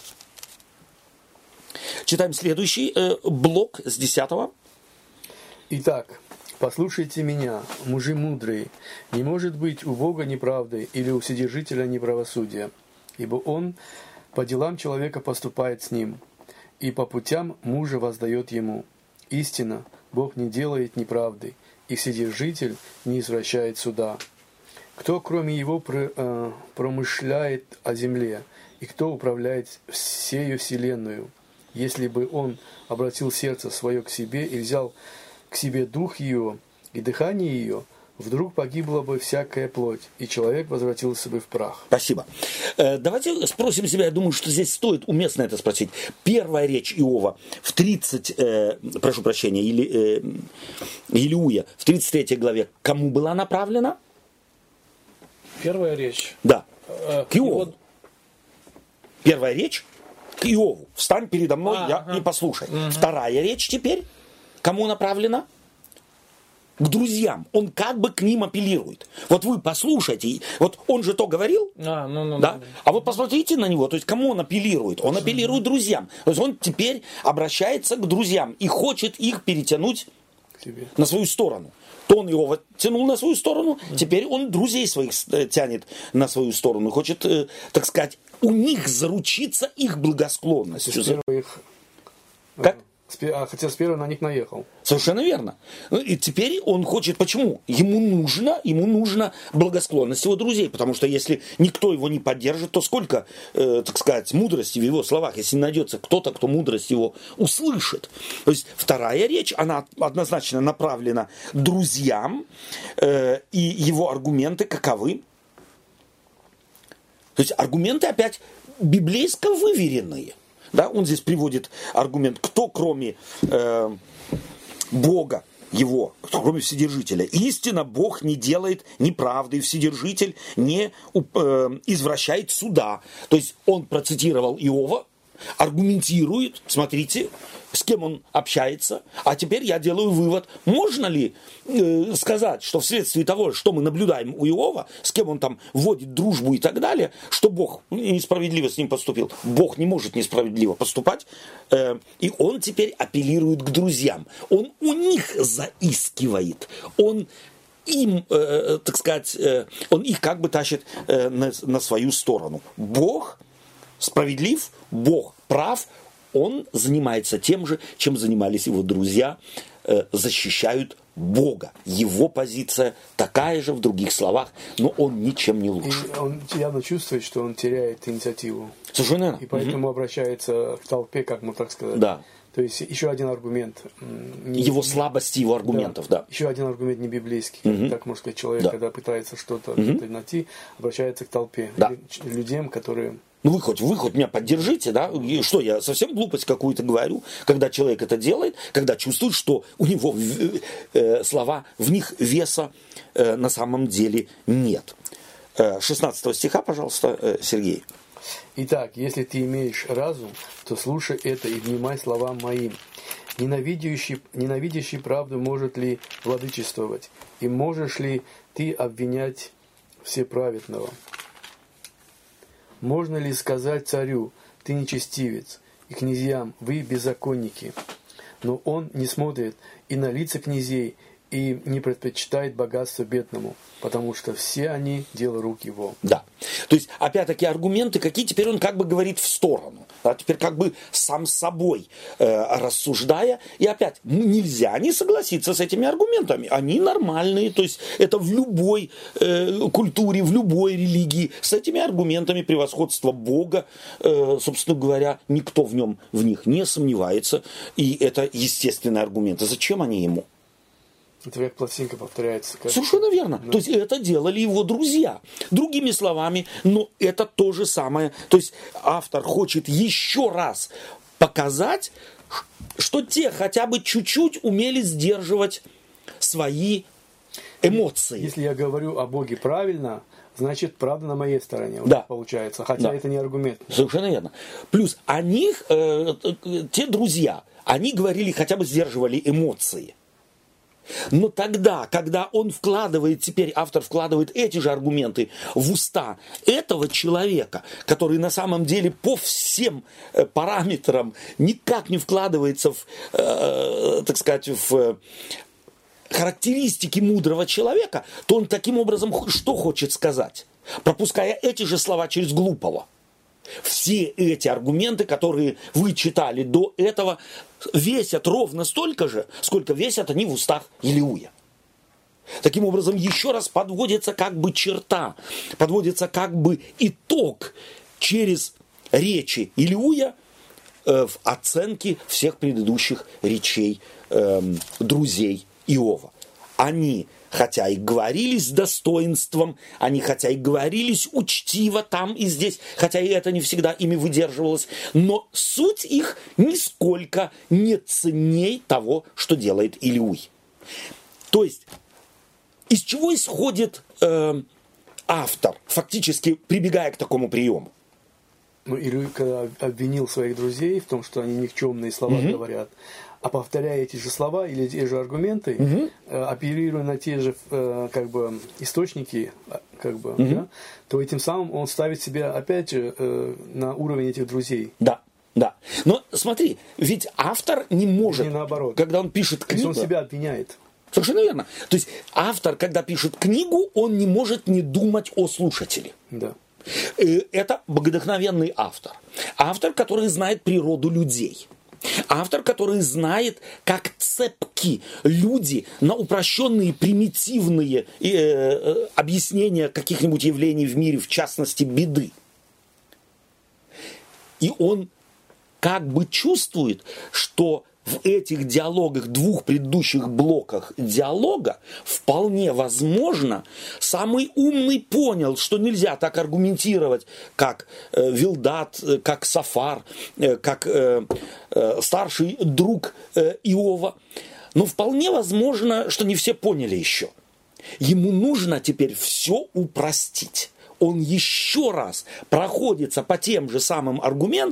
Читаем следующий э, блок с десятого. Итак, послушайте меня, мужи мудрые, не может быть у Бога неправды или у Вседержителя неправосудия, ибо Он по делам человека поступает с ним, и по путям мужа воздает ему. Истинно, Бог не делает неправды, и Вседержитель не извращает суда. Кто, кроме Его, промышляет о земле, и кто управляет всею вселенную? Если бы Он обратил сердце свое к себе и взял к себе дух ее и дыхание ее, вдруг погибла бы всякая плоть, и человек возвратился бы в прах. Спасибо. Давайте спросим себя, я думаю, что здесь стоит уместно это спросить. Первая речь Иова в тридцать, э, прошу прощения, или, э, Илиуя, в тридцать третьей главе, кому была направлена? Первая речь. Да, Э, к Иову. его- Первая речь к Иову. Встань передо мной А, я, ага. и послушай. Вторая речь теперь кому направлена? К друзьям. Он как бы к ним апеллирует. Вот вы послушайте. Вот он же то говорил, А, ну, ну, да? ну. А вот посмотрите на него. То есть кому он апеллирует? Он апеллирует друзьям. То есть он теперь обращается к друзьям и хочет их перетянуть К себе. на свою сторону. То он его тянул на свою сторону, теперь он друзей своих э, тянет на свою сторону. Хочет, э, так сказать, у них заручиться их благосклонностью. С первого их- Как? С пе- а, хотя с первого на них наехал. Совершенно верно. Ну, и теперь он хочет, почему? Ему нужно, ему нужна благосклонность его друзей, потому что если никто его не поддержит, то сколько, э, так сказать, мудрости в его словах, если найдется кто-то, кто мудрость его услышит. То есть вторая речь, она однозначно направлена друзьям, э, и его аргументы каковы? То есть аргументы опять библейско выверенные. Да, он здесь приводит аргумент, кто кроме э, Бога его, кто кроме Вседержителя. Истинно Бог не делает неправды, и Вседержитель не э, извращает суда. То есть он процитировал Иова, аргументирует, смотрите, с кем он общается, а теперь я делаю вывод, можно ли э, сказать, что вследствие того, что мы наблюдаем у Иова, с кем он там вводит дружбу и так далее, что Бог несправедливо с ним поступил. Бог не может несправедливо поступать, э, и он теперь апеллирует к друзьям. Он у них заискивает, он им, э, так сказать, э, он их как бы тащит э, на, на свою сторону. Бог справедлив, Бог прав, он занимается тем же, чем занимались его друзья, э, защищают Бога. Его позиция такая же в других словах, но он ничем не лучше. И он явно чувствует, что он теряет инициативу. Совершенно верно. И поэтому угу. обращается к толпе, как мы так сказать. Да. То есть еще один аргумент. Не, его слабости, его аргументов, да. да. Еще один аргумент не библейский. Угу. Так можно сказать, человек, да. когда пытается что-то угу. найти, обращается к толпе. Да. Людям, которые... Ну вы хоть, вы хоть меня поддержите, да? И что, я совсем глупость какую-то говорю, когда человек это делает, когда чувствует, что у него э, слова, в них веса э, на самом деле нет. шестнадцатого стиха, пожалуйста, э, Сергей. Итак, если ты имеешь разум, то слушай это и внимай словам моим. Ненавидящий, ненавидящий правду может ли владычествовать? И можешь ли ты обвинять всеправедного? Можно ли сказать царю, ты нечестивец, и князьям, вы беззаконники? Но он не смотрит и на лица князей, и не предпочитает богатство бедному, потому что все они дело рук его. Да. То есть, опять-таки, аргументы, какие теперь он как бы говорит в сторону. Да, теперь как бы сам с собой э, рассуждая. И опять, ну, нельзя не согласиться с этими аргументами. Они нормальные. То есть, это в любой э, культуре, в любой религии. С этими аргументами превосходства Бога, э, собственно говоря, никто в нем, в них не сомневается. И это естественные аргументы. Зачем они ему? Это как пластинка повторяется. Как... Совершенно верно. Да. То есть это делали его друзья. Другими словами, но это то же самое. То есть автор хочет еще раз показать, что те хотя бы чуть-чуть умели сдерживать свои эмоции. Если я говорю о Боге правильно, значит, правда на моей стороне. Да. Получается. Хотя да. это не аргумент. Совершенно верно. Плюс они, э, те друзья, они говорили, хотя бы сдерживали эмоции. Но тогда, когда он вкладывает, теперь автор вкладывает эти же аргументы в уста этого человека, который на самом деле по всем параметрам никак не вкладывается в, э, так сказать, в характеристики мудрого человека, то он таким образом что хочет сказать, пропуская эти же слова через глупого. Все эти аргументы, которые вы читали до этого, весят ровно столько же, сколько весят они в устах Илиуя. Таким образом, еще раз подводится как бы черта, подводится как бы итог через речи Илиуя э, в оценке всех предыдущих речей э, друзей Иова. Они, хотя и говорили с достоинством, они хотя и говорились учтиво там и здесь, хотя и это не всегда ими выдерживалось, но суть их нисколько не ценней того, что делает Илиуй. То есть, из чего исходит э, автор, фактически прибегая к такому приему? Ну, Илиуй, когда обвинил своих друзей в том, что они никчемные слова mm-hmm. говорят, а повторяя эти же слова или те же аргументы, угу. э, апеллируя на те же э, как бы, источники, как бы, угу. да, то этим самым он ставит себя опять же э, на уровень этих друзей. Да, да. Но смотри, ведь автор не может, не наоборот. Когда он пишет книгу... То есть он себя обвиняет. Совершенно верно. То есть автор, когда пишет книгу, он не может не думать о слушателе. Да. Это вдохновенный автор. Автор, который знает природу людей. Автор, который знает, как цепки люди на упрощенные, примитивные э, э, объяснения каких-нибудь явлений в мире, в частности, беды. И он как бы чувствует, что в этих диалогах, двух предыдущих блоках диалога, вполне возможно, самый умный понял, что нельзя так аргументировать, как э, Вилдат, э, как Сафар, э, как э, э, старший друг э, Иова. Но вполне возможно, что не все поняли еще. Ему нужно теперь все упростить. Он еще раз проходится по тем же самым аргументам,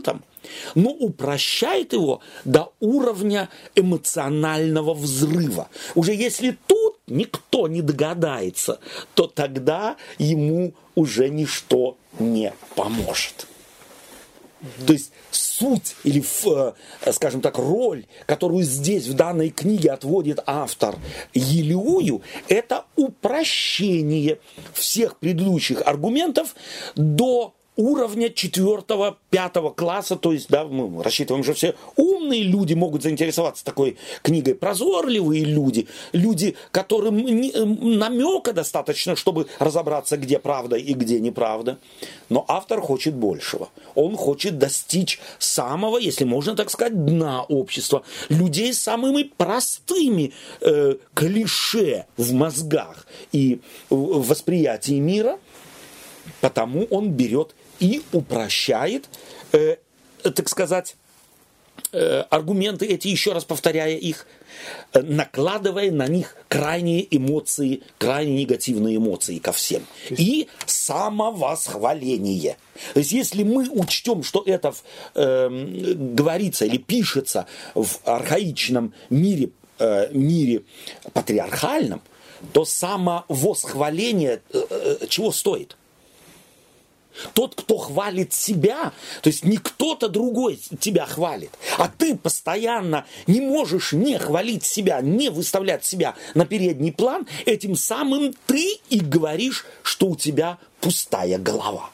но упрощает его до уровня эмоционального взрыва. Уже если тут никто не догадается, то тогда ему уже ничто не поможет. То есть суть или, скажем так, роль, которую здесь в данной книге отводит автор Елиую, это упрощение всех предыдущих аргументов до уровня четвертого, пятого класса, то есть, да, мы рассчитываем, что все умные люди могут заинтересоваться такой книгой, прозорливые люди, люди, которым намека достаточно, чтобы разобраться, где правда и где неправда. Но автор хочет большего. Он хочет достичь самого, если можно так сказать, дна общества. Людей с самыми простыми э, клише в мозгах и в восприятии мира, потому он берет и упрощает, э, так сказать, э, аргументы эти, еще раз повторяя их, э, накладывая на них крайние эмоции, крайне негативные эмоции ко всем. И самовосхваление. То есть, если мы учтем, что это э, говорится или пишется в архаичном мире, э, мире патриархальном, то самовосхваление э, э, чего стоит? Тот, кто хвалит себя, то есть не кто-то другой тебя хвалит, а ты постоянно не можешь не хвалить себя, не выставлять себя на передний план, этим самым ты и говоришь, что у тебя пустая голова.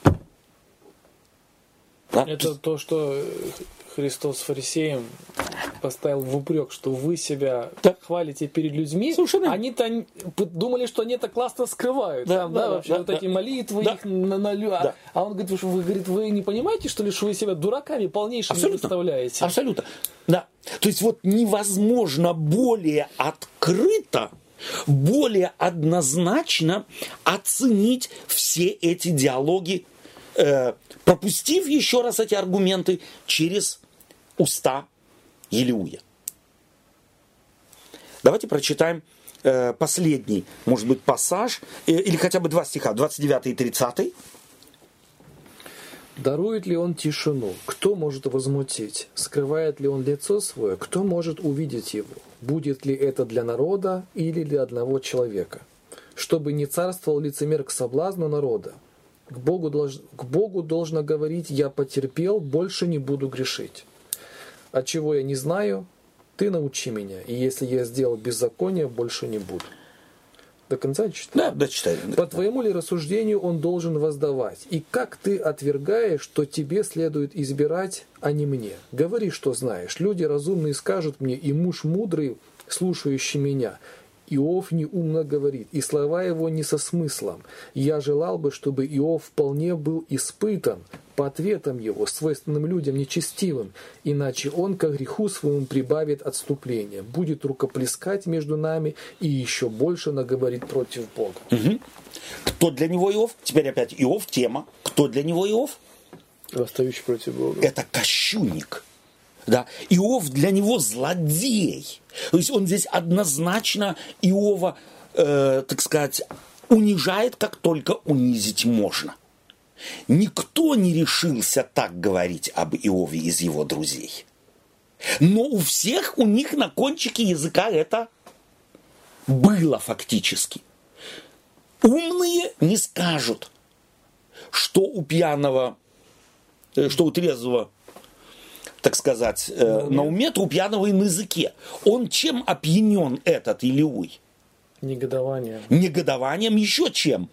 Да? Это то, что Христос фарисеям поставил в упрек, что вы себя да. хвалите перед людьми. Слушай, они-то думали, что они это классно скрывают. Да, там, да, да, вообще да, вот да, эти молитвы да. их на, на, да. А он говорит, вы, говорит, вы не понимаете, что ли, что вы себя дураками полнейшими Абсолютно. представляете? Абсолютно. Да. То есть вот невозможно более открыто, более однозначно оценить все эти диалоги, э, пропустив еще раз эти аргументы через уста Елиуя. Давайте прочитаем э, последний, может быть, пассаж, э, или хотя бы два стиха, двадцать девятый и тридцатый. Дарует ли он тишину? Кто может возмутить? Скрывает ли он лицо свое? Кто может увидеть его? Будет ли это для народа или для одного человека? Чтобы не царствовал лицемер к соблазну народа. К Богу, долж... к Богу должно говорить: я потерпел, больше не буду грешить. А чего я не знаю, ты научи меня, и если я сделал беззаконие, больше не буду. До конца читаю? Да, дочитай. По твоему ли рассуждению он должен воздавать? И как ты отвергаешь, что тебе следует избирать, а не мне? Говори, что знаешь. Люди разумные скажут мне, и муж мудрый, слушающий меня. Иов неумно говорит, и слова его не со смыслом. Я желал бы, чтобы Иов вполне был испытан по ответам его, свойственным людям нечестивым, иначе он ко греху своему прибавит отступление, будет рукоплескать между нами и еще больше наговорит против Бога. Угу. Кто для него Иов? Теперь опять Иов, тема. Кто для него Иов? Восстающий против Бога. Это кощунник. Да? Иов для него злодей. То есть он здесь однозначно Иова, э, так сказать, унижает, как только унизить можно. Никто не решился так говорить об Иове из его друзей. Но у всех у них на кончике языка это было фактически. Умные не скажут, что у пьяного, что у трезвого, так сказать, э, на уме, то у пьяного и на языке. Он чем опьянен, этот Елиуй? Негодованием. Негодованием, еще чем?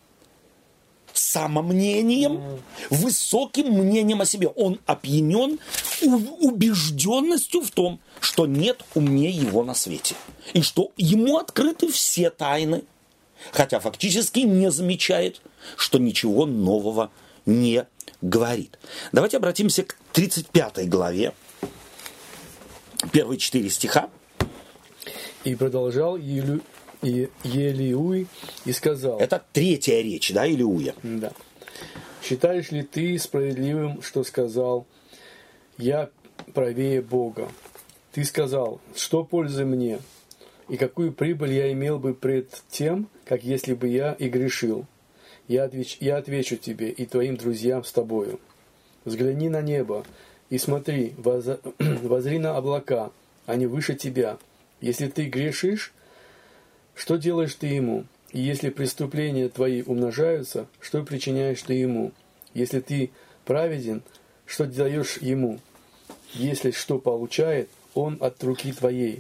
Самомнением, mm. высоким мнением о себе. Он опьянен убежденностью в том, что нет умнее его на свете. И что ему открыты все тайны. Хотя фактически не замечает, что ничего нового не говорит. Давайте обратимся к тридцать пятой главе. Первые четыре стиха. И продолжал Елю... И Елиуй и сказал... Это третья речь, да, Елиуя? Да. Считаешь ли ты справедливым, что сказал: я правее Бога? Ты сказал: что пользы мне? И какую прибыль я имел бы пред тем, как если бы я и грешил? Я, отвеч... я отвечу тебе и твоим друзьям с тобою. Взгляни на небо, И смотри, воз- воззри на облака, они выше тебя. Если ты грешишь, что делаешь ты ему? И если преступления твои умножаются, что причиняешь ты ему? Если ты праведен, что даешь ему? Если что получает, он от руки твоей.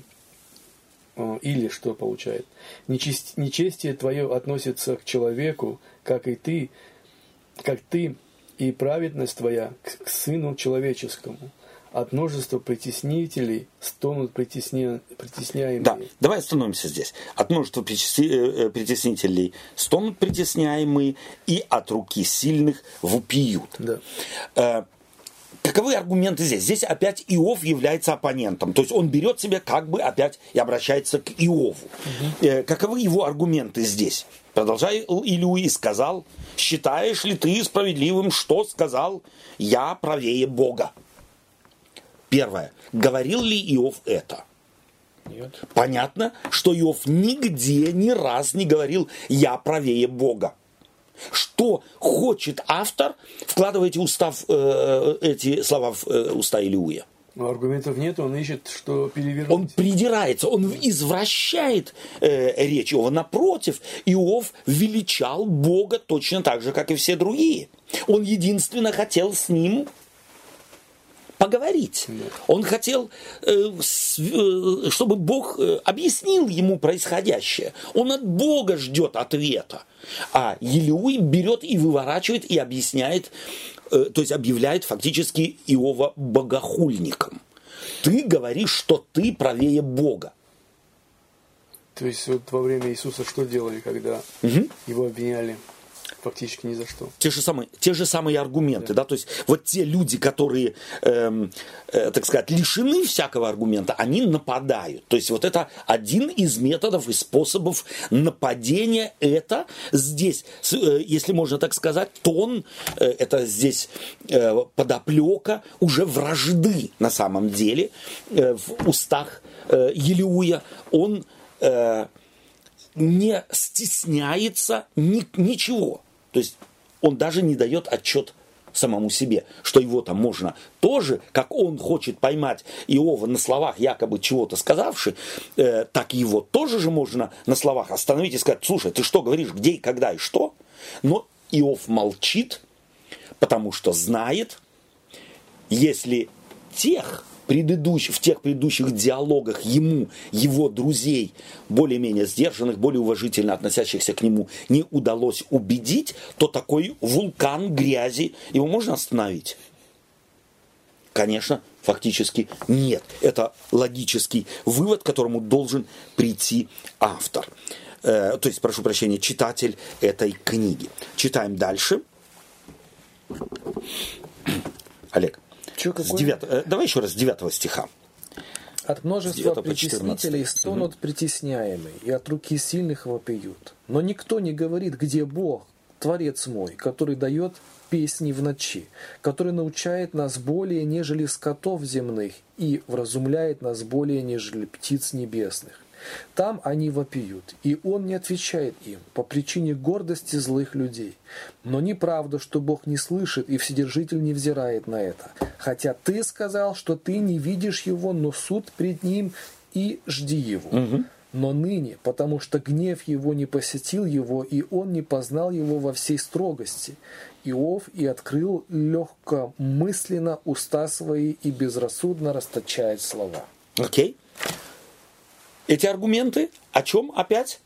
Или что получает? Нечесть- Нечестие твое относится к человеку, как и ты, как ты, и праведность твоя к, к сыну человеческому. От множества притеснителей стонут притесня... притесняемые. Да, давай остановимся здесь. От множества притеснителей стонут притесняемые, и от руки сильных вопиют. Да. Каковы аргументы здесь? Здесь опять Иов является оппонентом. То есть он берет себя как бы опять и обращается к Иову. Угу. Каковы его аргументы здесь? Продолжая Илюй и сказал: считаешь ли ты справедливым, что сказал я правее Бога? Первое. Говорил ли Иов это? Нет. Понятно, что Иов нигде ни раз не говорил я правее Бога. Что хочет автор, вкладывайте устав, э, эти слова в э, уста Илюя. Аргументов нет, он ищет, что перевернуть. Он придирается, он извращает э, речь Иова. Напротив, Иов величал Бога точно так же, как и все другие. Он единственно хотел с ним поговорить. Нет. Он хотел, э, с, э, чтобы Бог э, объяснил ему происходящее. Он от Бога ждет ответа. А Илюй берет и выворачивает, и объясняет, э, то есть объявляет фактически Иова богохульником. Ты говоришь, что ты правее Бога. То есть вот во время Иисуса что делали, когда Угу. его обвиняли? Фактически ни за что. Те же самые, те же самые аргументы, да. Да, то есть вот те люди, которые, эм, э, так сказать, лишены всякого аргумента, они нападают. То есть вот это один из методов и способов нападения. Это здесь, э, если можно так сказать, тон, э, это здесь э, подоплека уже вражды на самом деле э, в устах э, Илюя. Он э, не стесняется ни, ничего. То есть он даже не дает отчет самому себе, что его там можно тоже, как он хочет поймать Иова на словах, якобы чего-то сказавши, э, так его тоже же можно на словах остановить и сказать: слушай, ты что говоришь, где и когда и что? Но Иов молчит, потому что знает, если тех предыдущих, в тех предыдущих диалогах ему, его друзей, более-менее сдержанных, более уважительно относящихся к нему, не удалось убедить, то такой вулкан грязи, его можно остановить? Конечно, фактически нет. Это логический вывод, к которому должен прийти автор. Э, то есть, прошу прощения, читатель этой книги. Читаем дальше. Олег. Чё, С девятого, давай еще раз с девятого стиха. От множества притеснителей стонут угу. притесняемые, и от руки сильных вопиют. Но никто не говорит, где Бог, Творец мой, который дает песни в ночи, который научает нас более, нежели скотов земных, и вразумляет нас более, нежели птиц небесных. Там они вопиют, и он не отвечает им по причине гордости злых людей. Но неправда, что Бог не слышит, и Вседержитель не взирает на это. Хотя ты сказал, что ты не видишь его, но суд пред ним, и жди его. Угу. Но ныне, потому что гнев его не посетил его, и он не познал его во всей строгости, Иов и открыл легкомысленно уста свои и безрассудно расточает слова. Окей. Okay. Эти аргументы о чем опять?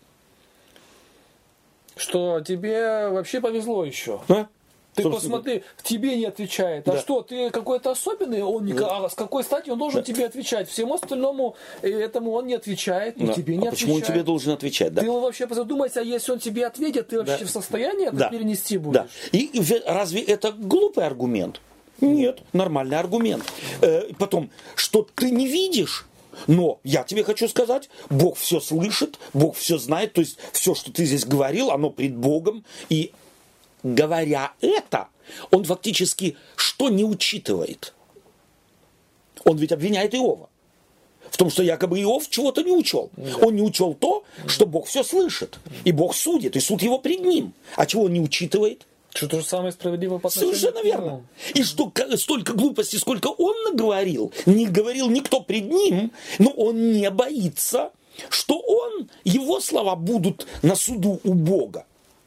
Что тебе вообще повезло еще. А? Ты Собственно, посмотри, тебе не отвечает. А да. что, ты какой-то особенный? Он не, да. А с какой стати он должен да. тебе отвечать? Всему остальному этому он не отвечает, и да. тебе не а отвечает. Почему он тебе должен отвечать? Да. Ты вообще задумайся, а если он тебе ответит, ты вообще да. в состоянии это да. перенести будешь? Да. И, и разве это глупый аргумент? Нет, нормальный аргумент. Э, потом, что ты не видишь? Но я тебе хочу сказать, Бог все слышит, Бог все знает, то есть все, что ты здесь говорил, оно пред Богом. И говоря это, он фактически что не учитывает? Он ведь обвиняет Иова в том, что якобы Иов чего-то не учел. Он не учел то, что Бог все слышит, и Бог судит, и суд его пред ним. А чего он не учитывает? Что то же самое справедливо по отношению Совершенно к верно. нему. И что к- столько глупости, сколько он наговорил, не говорил никто пред ним, но он не боится, что он, его слова будут на суду у Бога.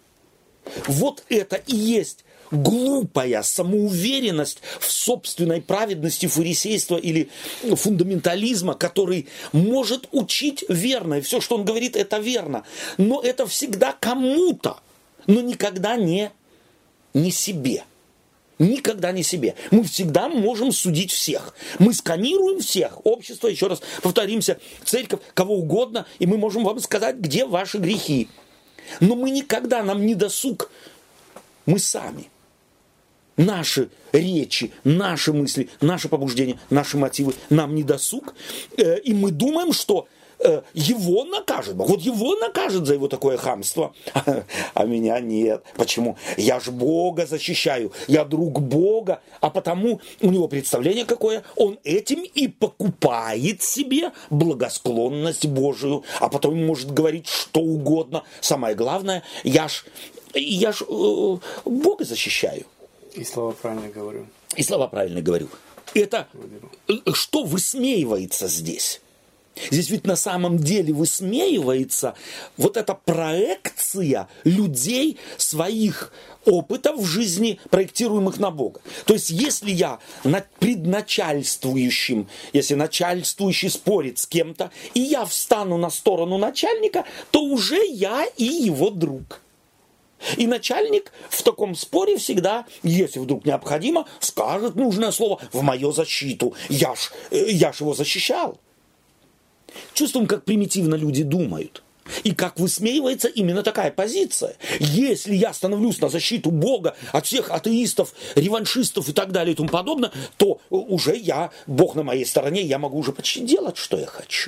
Вот это и есть глупая самоуверенность в собственной праведности фарисейства или фундаментализма, который может учить верно, и все, что он говорит, это верно. Но это всегда кому-то, но никогда не, не себе. Никогда не себе. Мы всегда можем судить всех. Мы сканируем всех. Общество, еще раз повторимся, церковь, кого угодно, и мы можем вам сказать, где ваши грехи. Но мы никогда, нам не досуг, мы сами. Наши речи, наши мысли, наши побуждения, наши мотивы нам не досуг. И мы думаем, что его накажет Бог. Вот его накажет за его такое хамство. А меня нет. Почему? Я ж Бога защищаю. Я друг Бога. А потому у него представление какое. Он этим и покупает себе благосклонность Божию. А потом может говорить что угодно. Самое главное, я ж, я ж э, Бога защищаю. И слова правильно говорю. И слова правильно говорю. Это что высмеивается здесь? Здесь ведь на самом деле высмеивается вот эта проекция людей, своих опытов в жизни, проектируемых на Бога. То есть, если я над предначальствующим, если начальствующий спорит с кем-то, и я встану на сторону начальника, то уже я и его друг. И начальник в таком споре всегда, если вдруг необходимо, скажет нужное слово в мою защиту. Я ж, я ж его защищал. Чувствуем, как примитивно люди думают. И как высмеивается именно такая позиция. Если я становлюсь на защиту Бога от всех атеистов, реваншистов и так далее и тому подобное, то уже я, Бог на моей стороне, я могу уже почти делать, что я хочу.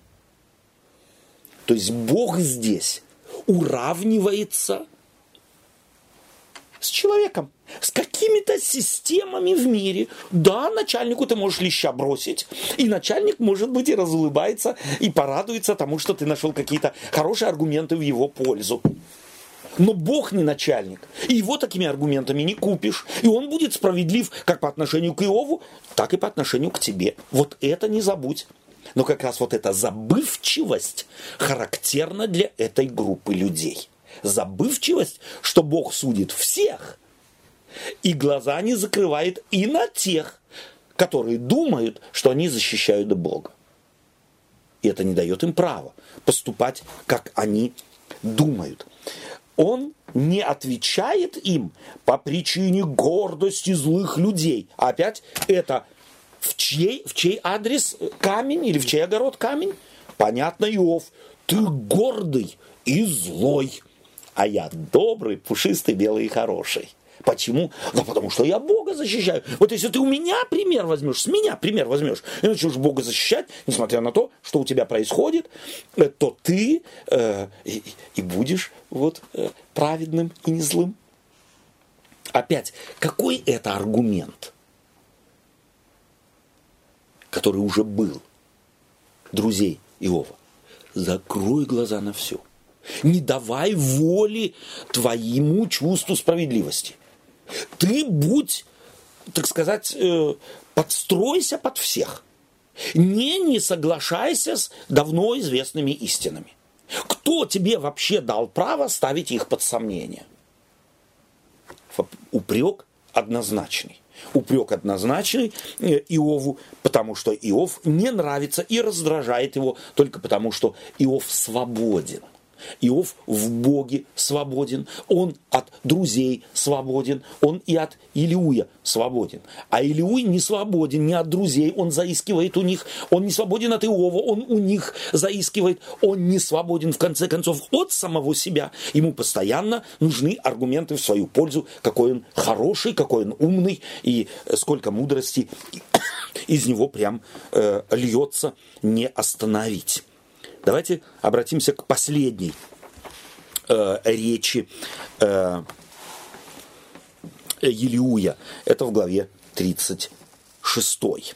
То есть Бог здесь уравнивается с человеком, с какими-то системами в мире. Да, начальнику ты можешь леща бросить, и начальник, может быть, и разулыбается, и порадуется тому, что ты нашел какие-то хорошие аргументы в его пользу. Но Бог не начальник, и его такими аргументами не купишь, и он будет справедлив как по отношению к Иову, так и по отношению к тебе. Вот это не забудь. Но как раз вот эта забывчивость характерна для этой группы людей. Забывчивость, что Бог судит всех, и глаза не закрывает и на тех, которые думают, что они защищают Бога. И это не дает им права поступать, как они думают. Он не отвечает им по причине гордости злых людей. А опять это в чей, в чей адрес камень или в чей огород камень? Понятно, Иов, ты гордый и злой. А я добрый, пушистый, белый и хороший. Почему? Да потому что я Бога защищаю. Вот если ты у меня пример возьмешь, с меня пример возьмешь, и начнешь Бога защищать, несмотря на то, что у тебя происходит, то ты э, и, и будешь вот, э, праведным и не злым. Опять, какой это аргумент, который уже был? Друзей Иова, закрой глаза на все. Не давай воли твоему чувству справедливости. Ты будь, так сказать, подстройся под всех. Не, не соглашайся с давно известными истинами. Кто тебе вообще дал право ставить их под сомнение? Упрек однозначный. Упрек однозначный Иову, потому что Иов не нравится и раздражает его только потому, что Иов свободен. Иов в Боге свободен, он от друзей свободен, он и от Илиуя свободен. А Илиуй не свободен ни от друзей, он заискивает у них, он не свободен от Иова, он у них заискивает, он не свободен в конце концов от самого себя. Ему постоянно нужны аргументы в свою пользу, какой он хороший, какой он умный и сколько мудрости из него прям э, льется, не остановить. Давайте обратимся к последней э, речи э, Илиуя. Это в главе тридцать шестой.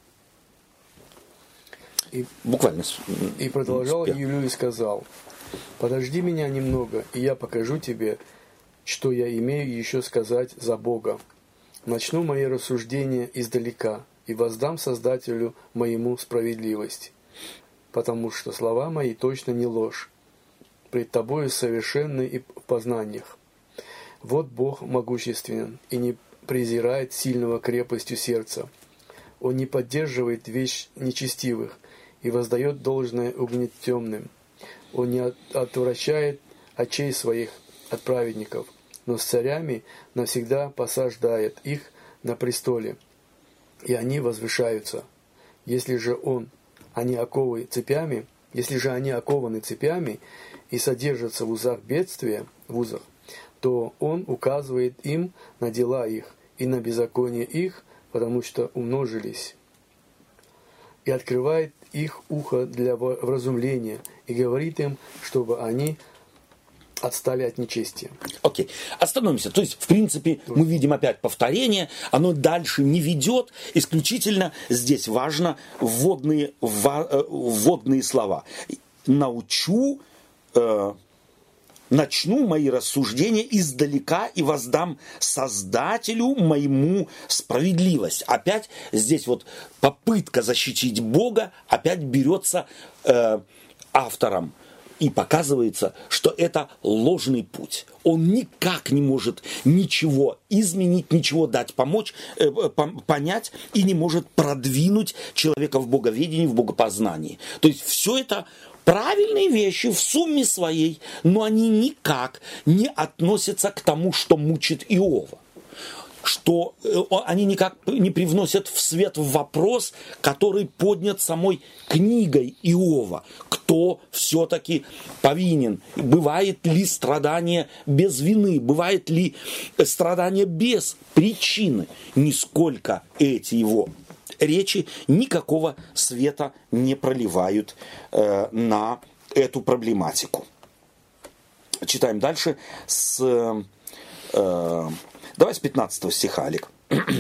И, Буквально. И продолжал Илиуй и сказал: «Подожди меня немного, и я покажу тебе что я имею еще сказать за Бога. Начну мои рассуждения издалека и воздам Создателю моему справедливость, потому что слова мои точно не ложь, пред тобою совершенны и в познаниях. Вот Бог могущественен и не презирает сильного крепостью сердца. Он не поддерживает вещь нечестивых и воздает должное угнетенным. Он не отвращает очей своих от праведников, но с царями навсегда посаждает их на престоле, и они возвышаются. Если же он, они оковы цепями, если же они окованы цепями и содержатся в узах бедствия, в узах, то он указывает им на дела их и на беззаконие их, потому что умножились, и открывает их ухо для вразумления, и говорит им, чтобы они отстали от нечестия. Окей, okay. Остановимся. То есть, в принципе, мы видим опять повторение, оно дальше не ведет, исключительно здесь важно вводные, вводные слова. Научу, э, начну мои рассуждения издалека и воздам Создателю моему справедливость. Опять здесь вот попытка защитить Бога опять берется э, автором. И показывается, что это ложный путь. Он никак не может ничего изменить, ничего дать, помочь, э, понять и не может продвинуть человека в боговедении, в богопознании. То есть все это правильные вещи в сумме своей, но они никак не относятся к тому, что мучит Иова. Что они никак не привносят в свет вопрос, который поднят самой книгой Иова. Кто все-таки повинен? Бывает ли страдание без вины? Бывает ли страдание без причины? Нисколько эти его речи никакого света не проливают э, на эту проблематику. Читаем дальше с... Э, Давай с пятнадцатого стиха, Олег.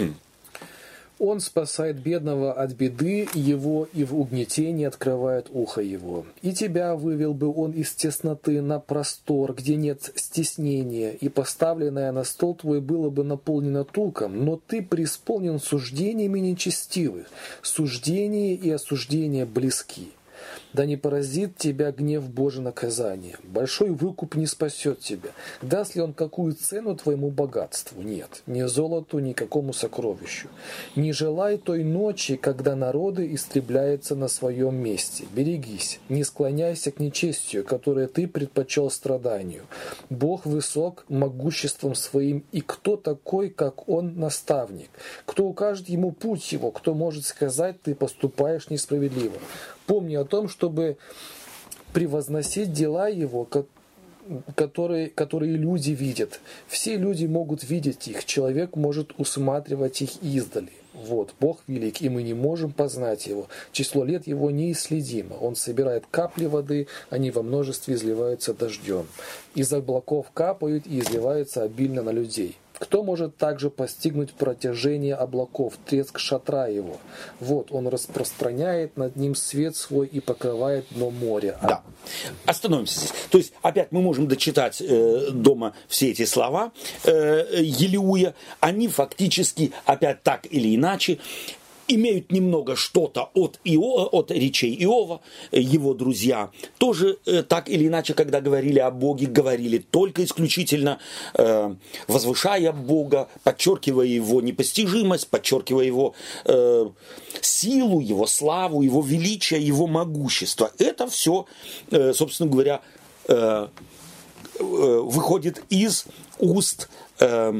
Он спасает бедного от беды его, и в угнетении открывает ухо его. И тебя вывел бы он из тесноты на простор, где нет стеснения, и поставленное на стол твой было бы наполнено тулком, но ты преисполнен суждениями нечестивых. Суждения и осуждения близки. Да не поразит тебя гнев Божий наказание. Большой выкуп не спасет тебя. Даст ли он какую цену твоему богатству? Нет. Ни золоту, ни какому сокровищу. Не желай той ночи, когда народы истребляются на своем месте. Берегись. Не склоняйся к нечестию, которое ты предпочел страданию. Бог высок могуществом своим, и кто такой, как он, наставник? Кто укажет ему путь его? Кто может сказать, ты поступаешь несправедливо? Помни о том, чтобы превозносить дела его, которые, которые люди видят. Все люди могут видеть их, человек может усматривать их издали. Вот, Бог велик, и мы не можем познать его. Число лет его неисследимо. Он собирает капли воды, они во множестве изливаются дождем. Из облаков капают и изливаются обильно на людей. Кто может также постигнуть протяжение облаков, треск шатра его? Вот, он распространяет над ним свет свой и покрывает дно моря. Да. Остановимся здесь. То есть, опять мы можем дочитать э, дома все эти слова э, Елиуя. Они фактически, опять так или иначе, имеют немного что-то от, Ио, от речей Иова. Его друзья тоже э, так или иначе, когда говорили о Боге, говорили только исключительно э, возвышая Бога, подчеркивая его непостижимость, подчеркивая его э, силу, его славу, его величие, его могущество. Это все, э, собственно говоря, э, э, выходит из уст э,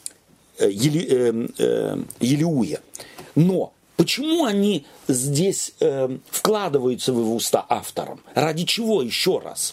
Ели, э, э, Елиуя. Но почему они здесь э, вкладываются в его уста автором? Ради чего еще раз?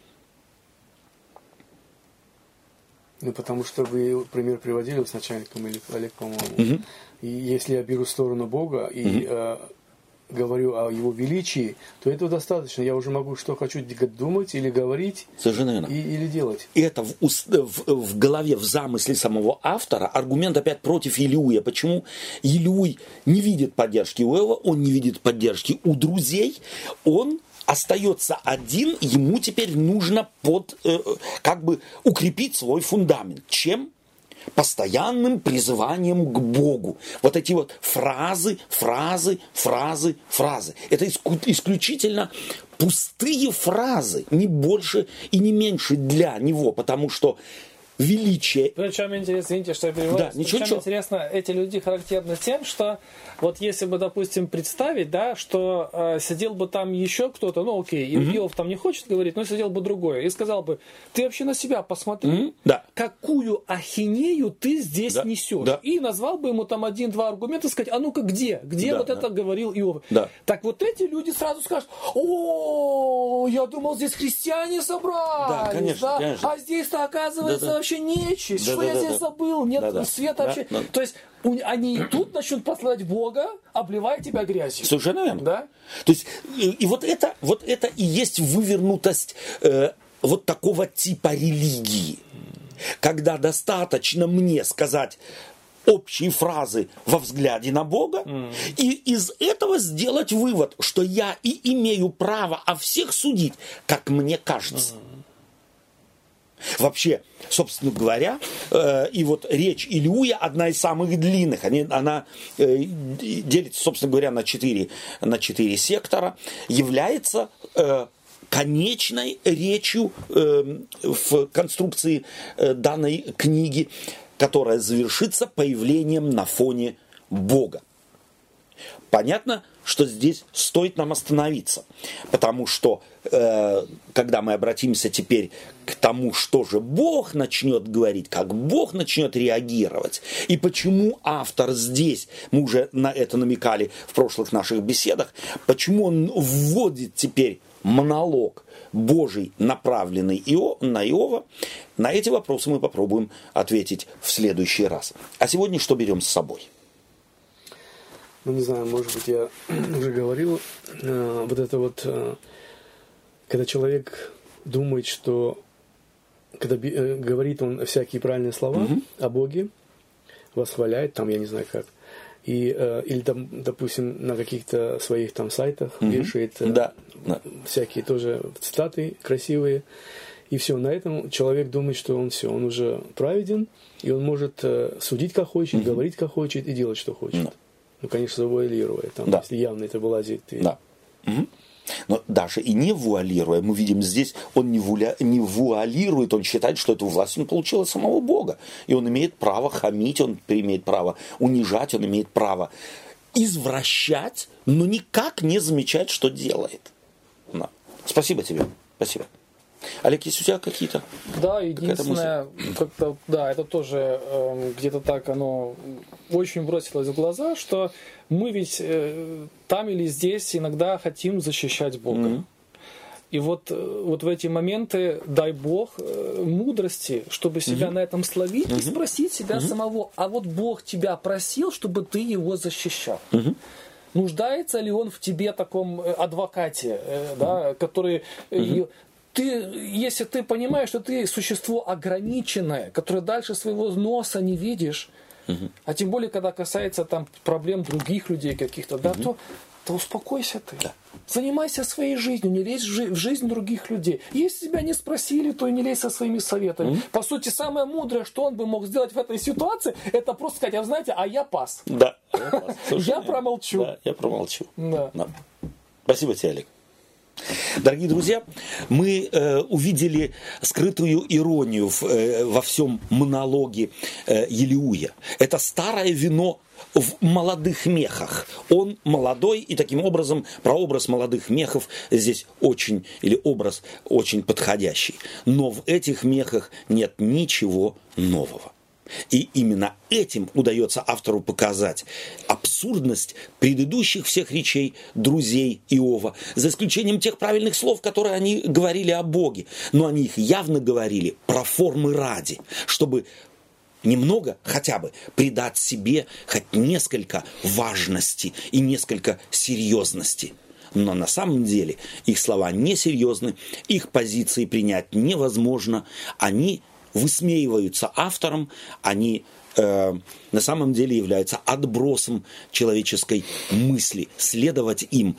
Ну, потому что вы пример приводили с начальником, или Олег, по-моему. Угу. И если я беру сторону Бога и угу. э, говорю о его величии, то этого достаточно. Я уже могу, что хочу думать или говорить, Совершенно и, или делать. И это в, уст, в, в голове, в замысле самого автора аргумент опять против Елиуя. Почему Елиуй не видит поддержки у Иова, он не видит поддержки у друзей, он остается один, ему теперь нужно под, э, как бы укрепить свой фундамент. Чем? Постоянным призыванием к Богу. Вот эти вот фразы, фразы, фразы, фразы. Это исключительно пустые фразы, не больше и не меньше для него, потому что величие... Причем интересно, извините, что я перевожу. Да, ничего, Причем ничего. интересно, эти люди характерны тем, что вот если бы, допустим, представить, да, что э, сидел бы там еще кто-то, ну окей, mm-hmm. Иов там не хочет говорить, но сидел бы другое, и сказал бы, ты вообще на себя посмотри, mm-hmm. да. какую ахинею ты здесь да. несешь. Да. И назвал бы ему там один-два аргумента, сказать, а ну-ка где? Где да, вот да. это говорил Иов? Да. Так вот эти люди сразу скажут, о, я думал, здесь христиане собрались, да, конечно, да? конечно. А здесь-то оказывается да, да. вообще нечисть. Да, что да, я да, здесь да. забыл? Нет да, да. света да, вообще. да. То есть у, они и тут начнут прославлять Бога, обливая тебя грязью. Совершенно верно. Да? То есть, и, и вот, это, вот это и есть вывернутость э, вот такого типа религии. Когда достаточно мне сказать общие фразы во взгляде на Бога, mm. и из этого сделать вывод, что я и имею право о всех судить, как мне кажется. Mm. Вообще, собственно говоря, э, и вот речь Илиуя одна из самых длинных. Они, она э, делится, собственно говоря, на четыре, на четыре сектора, является э, конечной речью э, в конструкции э, данной книги, которая завершится появлением на фоне Бога. Понятно, что здесь стоит нам остановиться, потому что э, когда мы обратимся теперь к тому, что же Бог начнет говорить, как Бог начнет реагировать, и почему автор здесь, мы уже на это намекали в прошлых наших беседах, почему он вводит теперь монолог Божий, направленный Ио, на Иова, на эти вопросы мы попробуем ответить в следующий раз. А сегодня что берем с собой? Ну, не знаю, может быть, я уже говорил, э, вот это вот, э, когда человек думает, что, когда э, говорит он всякие правильные слова mm-hmm. о Боге, восхваляет, там, я не знаю как, и, э, или там, допустим, на каких-то своих там сайтах mm-hmm. вешает э, да. Да. всякие тоже цитаты красивые, и все, на этом человек думает, что он все, он уже праведен, и он может э, судить как хочет, mm-hmm. говорить как хочет и делать что хочет. Mm-hmm. Ну, конечно, завуалируя, там, да. если явно это вылазит. И... Да. Угу. Но даже и не вуалируя, мы видим здесь, он не, вуля... не вуалирует, он считает, что эту власть он получил от самого Бога. И он имеет право хамить, он имеет право унижать, он имеет право извращать, но никак не замечать, что делает. Да. Спасибо тебе. Спасибо. Олег, есть у тебя какие-то? Да, единственное, как-то, да, это тоже э, где-то так оно очень бросилось в глаза, что мы ведь э, там или здесь иногда хотим защищать Бога. Mm-hmm. И вот, вот в эти моменты дай Бог э, мудрости, чтобы себя mm-hmm. на этом словить mm-hmm. и спросить себя mm-hmm. самого, а вот Бог тебя просил, чтобы ты его защищал. Mm-hmm. Нуждается ли он в тебе таком адвокате, э, да, который... Mm-hmm. Ты, если ты понимаешь, что ты существо ограниченное, которое дальше своего носа не видишь, угу. а тем более, когда касается там проблем других людей каких-то, да, угу. то, то успокойся ты. Да. Занимайся своей жизнью, не лезь в, жи- в жизнь других людей. Если тебя не спросили, то и не лезь со своими советами. Угу. По сути, самое мудрое, что он бы мог сделать в этой ситуации, это просто сказать, а знаете, а я пас. Да. Я, пас. Слушай, я промолчу. Да, я промолчу. Да. Да. Спасибо тебе, Олег. Дорогие друзья, мы э, увидели скрытую иронию в, э, во всем монологе э, Илиуя. Это старое вино в молодых мехах. Он молодой, и таким образом прообраз молодых мехов здесь очень, или образ очень подходящий. Но в этих мехах нет ничего нового. И именно этим удается автору показать абсурдность предыдущих всех речей друзей Иова, за исключением тех правильных слов, которые они говорили о Боге. Но они их явно говорили про формы ради, чтобы немного хотя бы придать себе хоть несколько важности и несколько серьезности. Но на самом деле их слова несерьезны, их позиции принять невозможно, они высмеиваются автором, они э, на самом деле являются отбросом человеческой мысли. Следовать им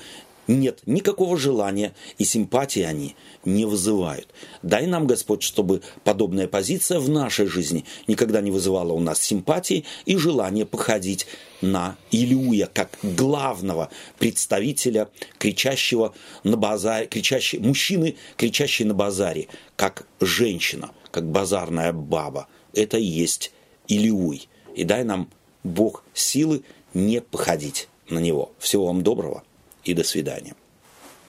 нет никакого желания, и симпатии они не вызывают. Дай нам, Господь, чтобы подобная позиция в нашей жизни никогда не вызывала у нас симпатии и желания походить на Илиуя, как главного представителя кричащего на базаре, кричащий, мужчины, кричащий на базаре, как женщина, как базарная баба. Это и есть Илиуй. И дай нам, Бог, силы не походить на него. Всего вам доброго и до свидания.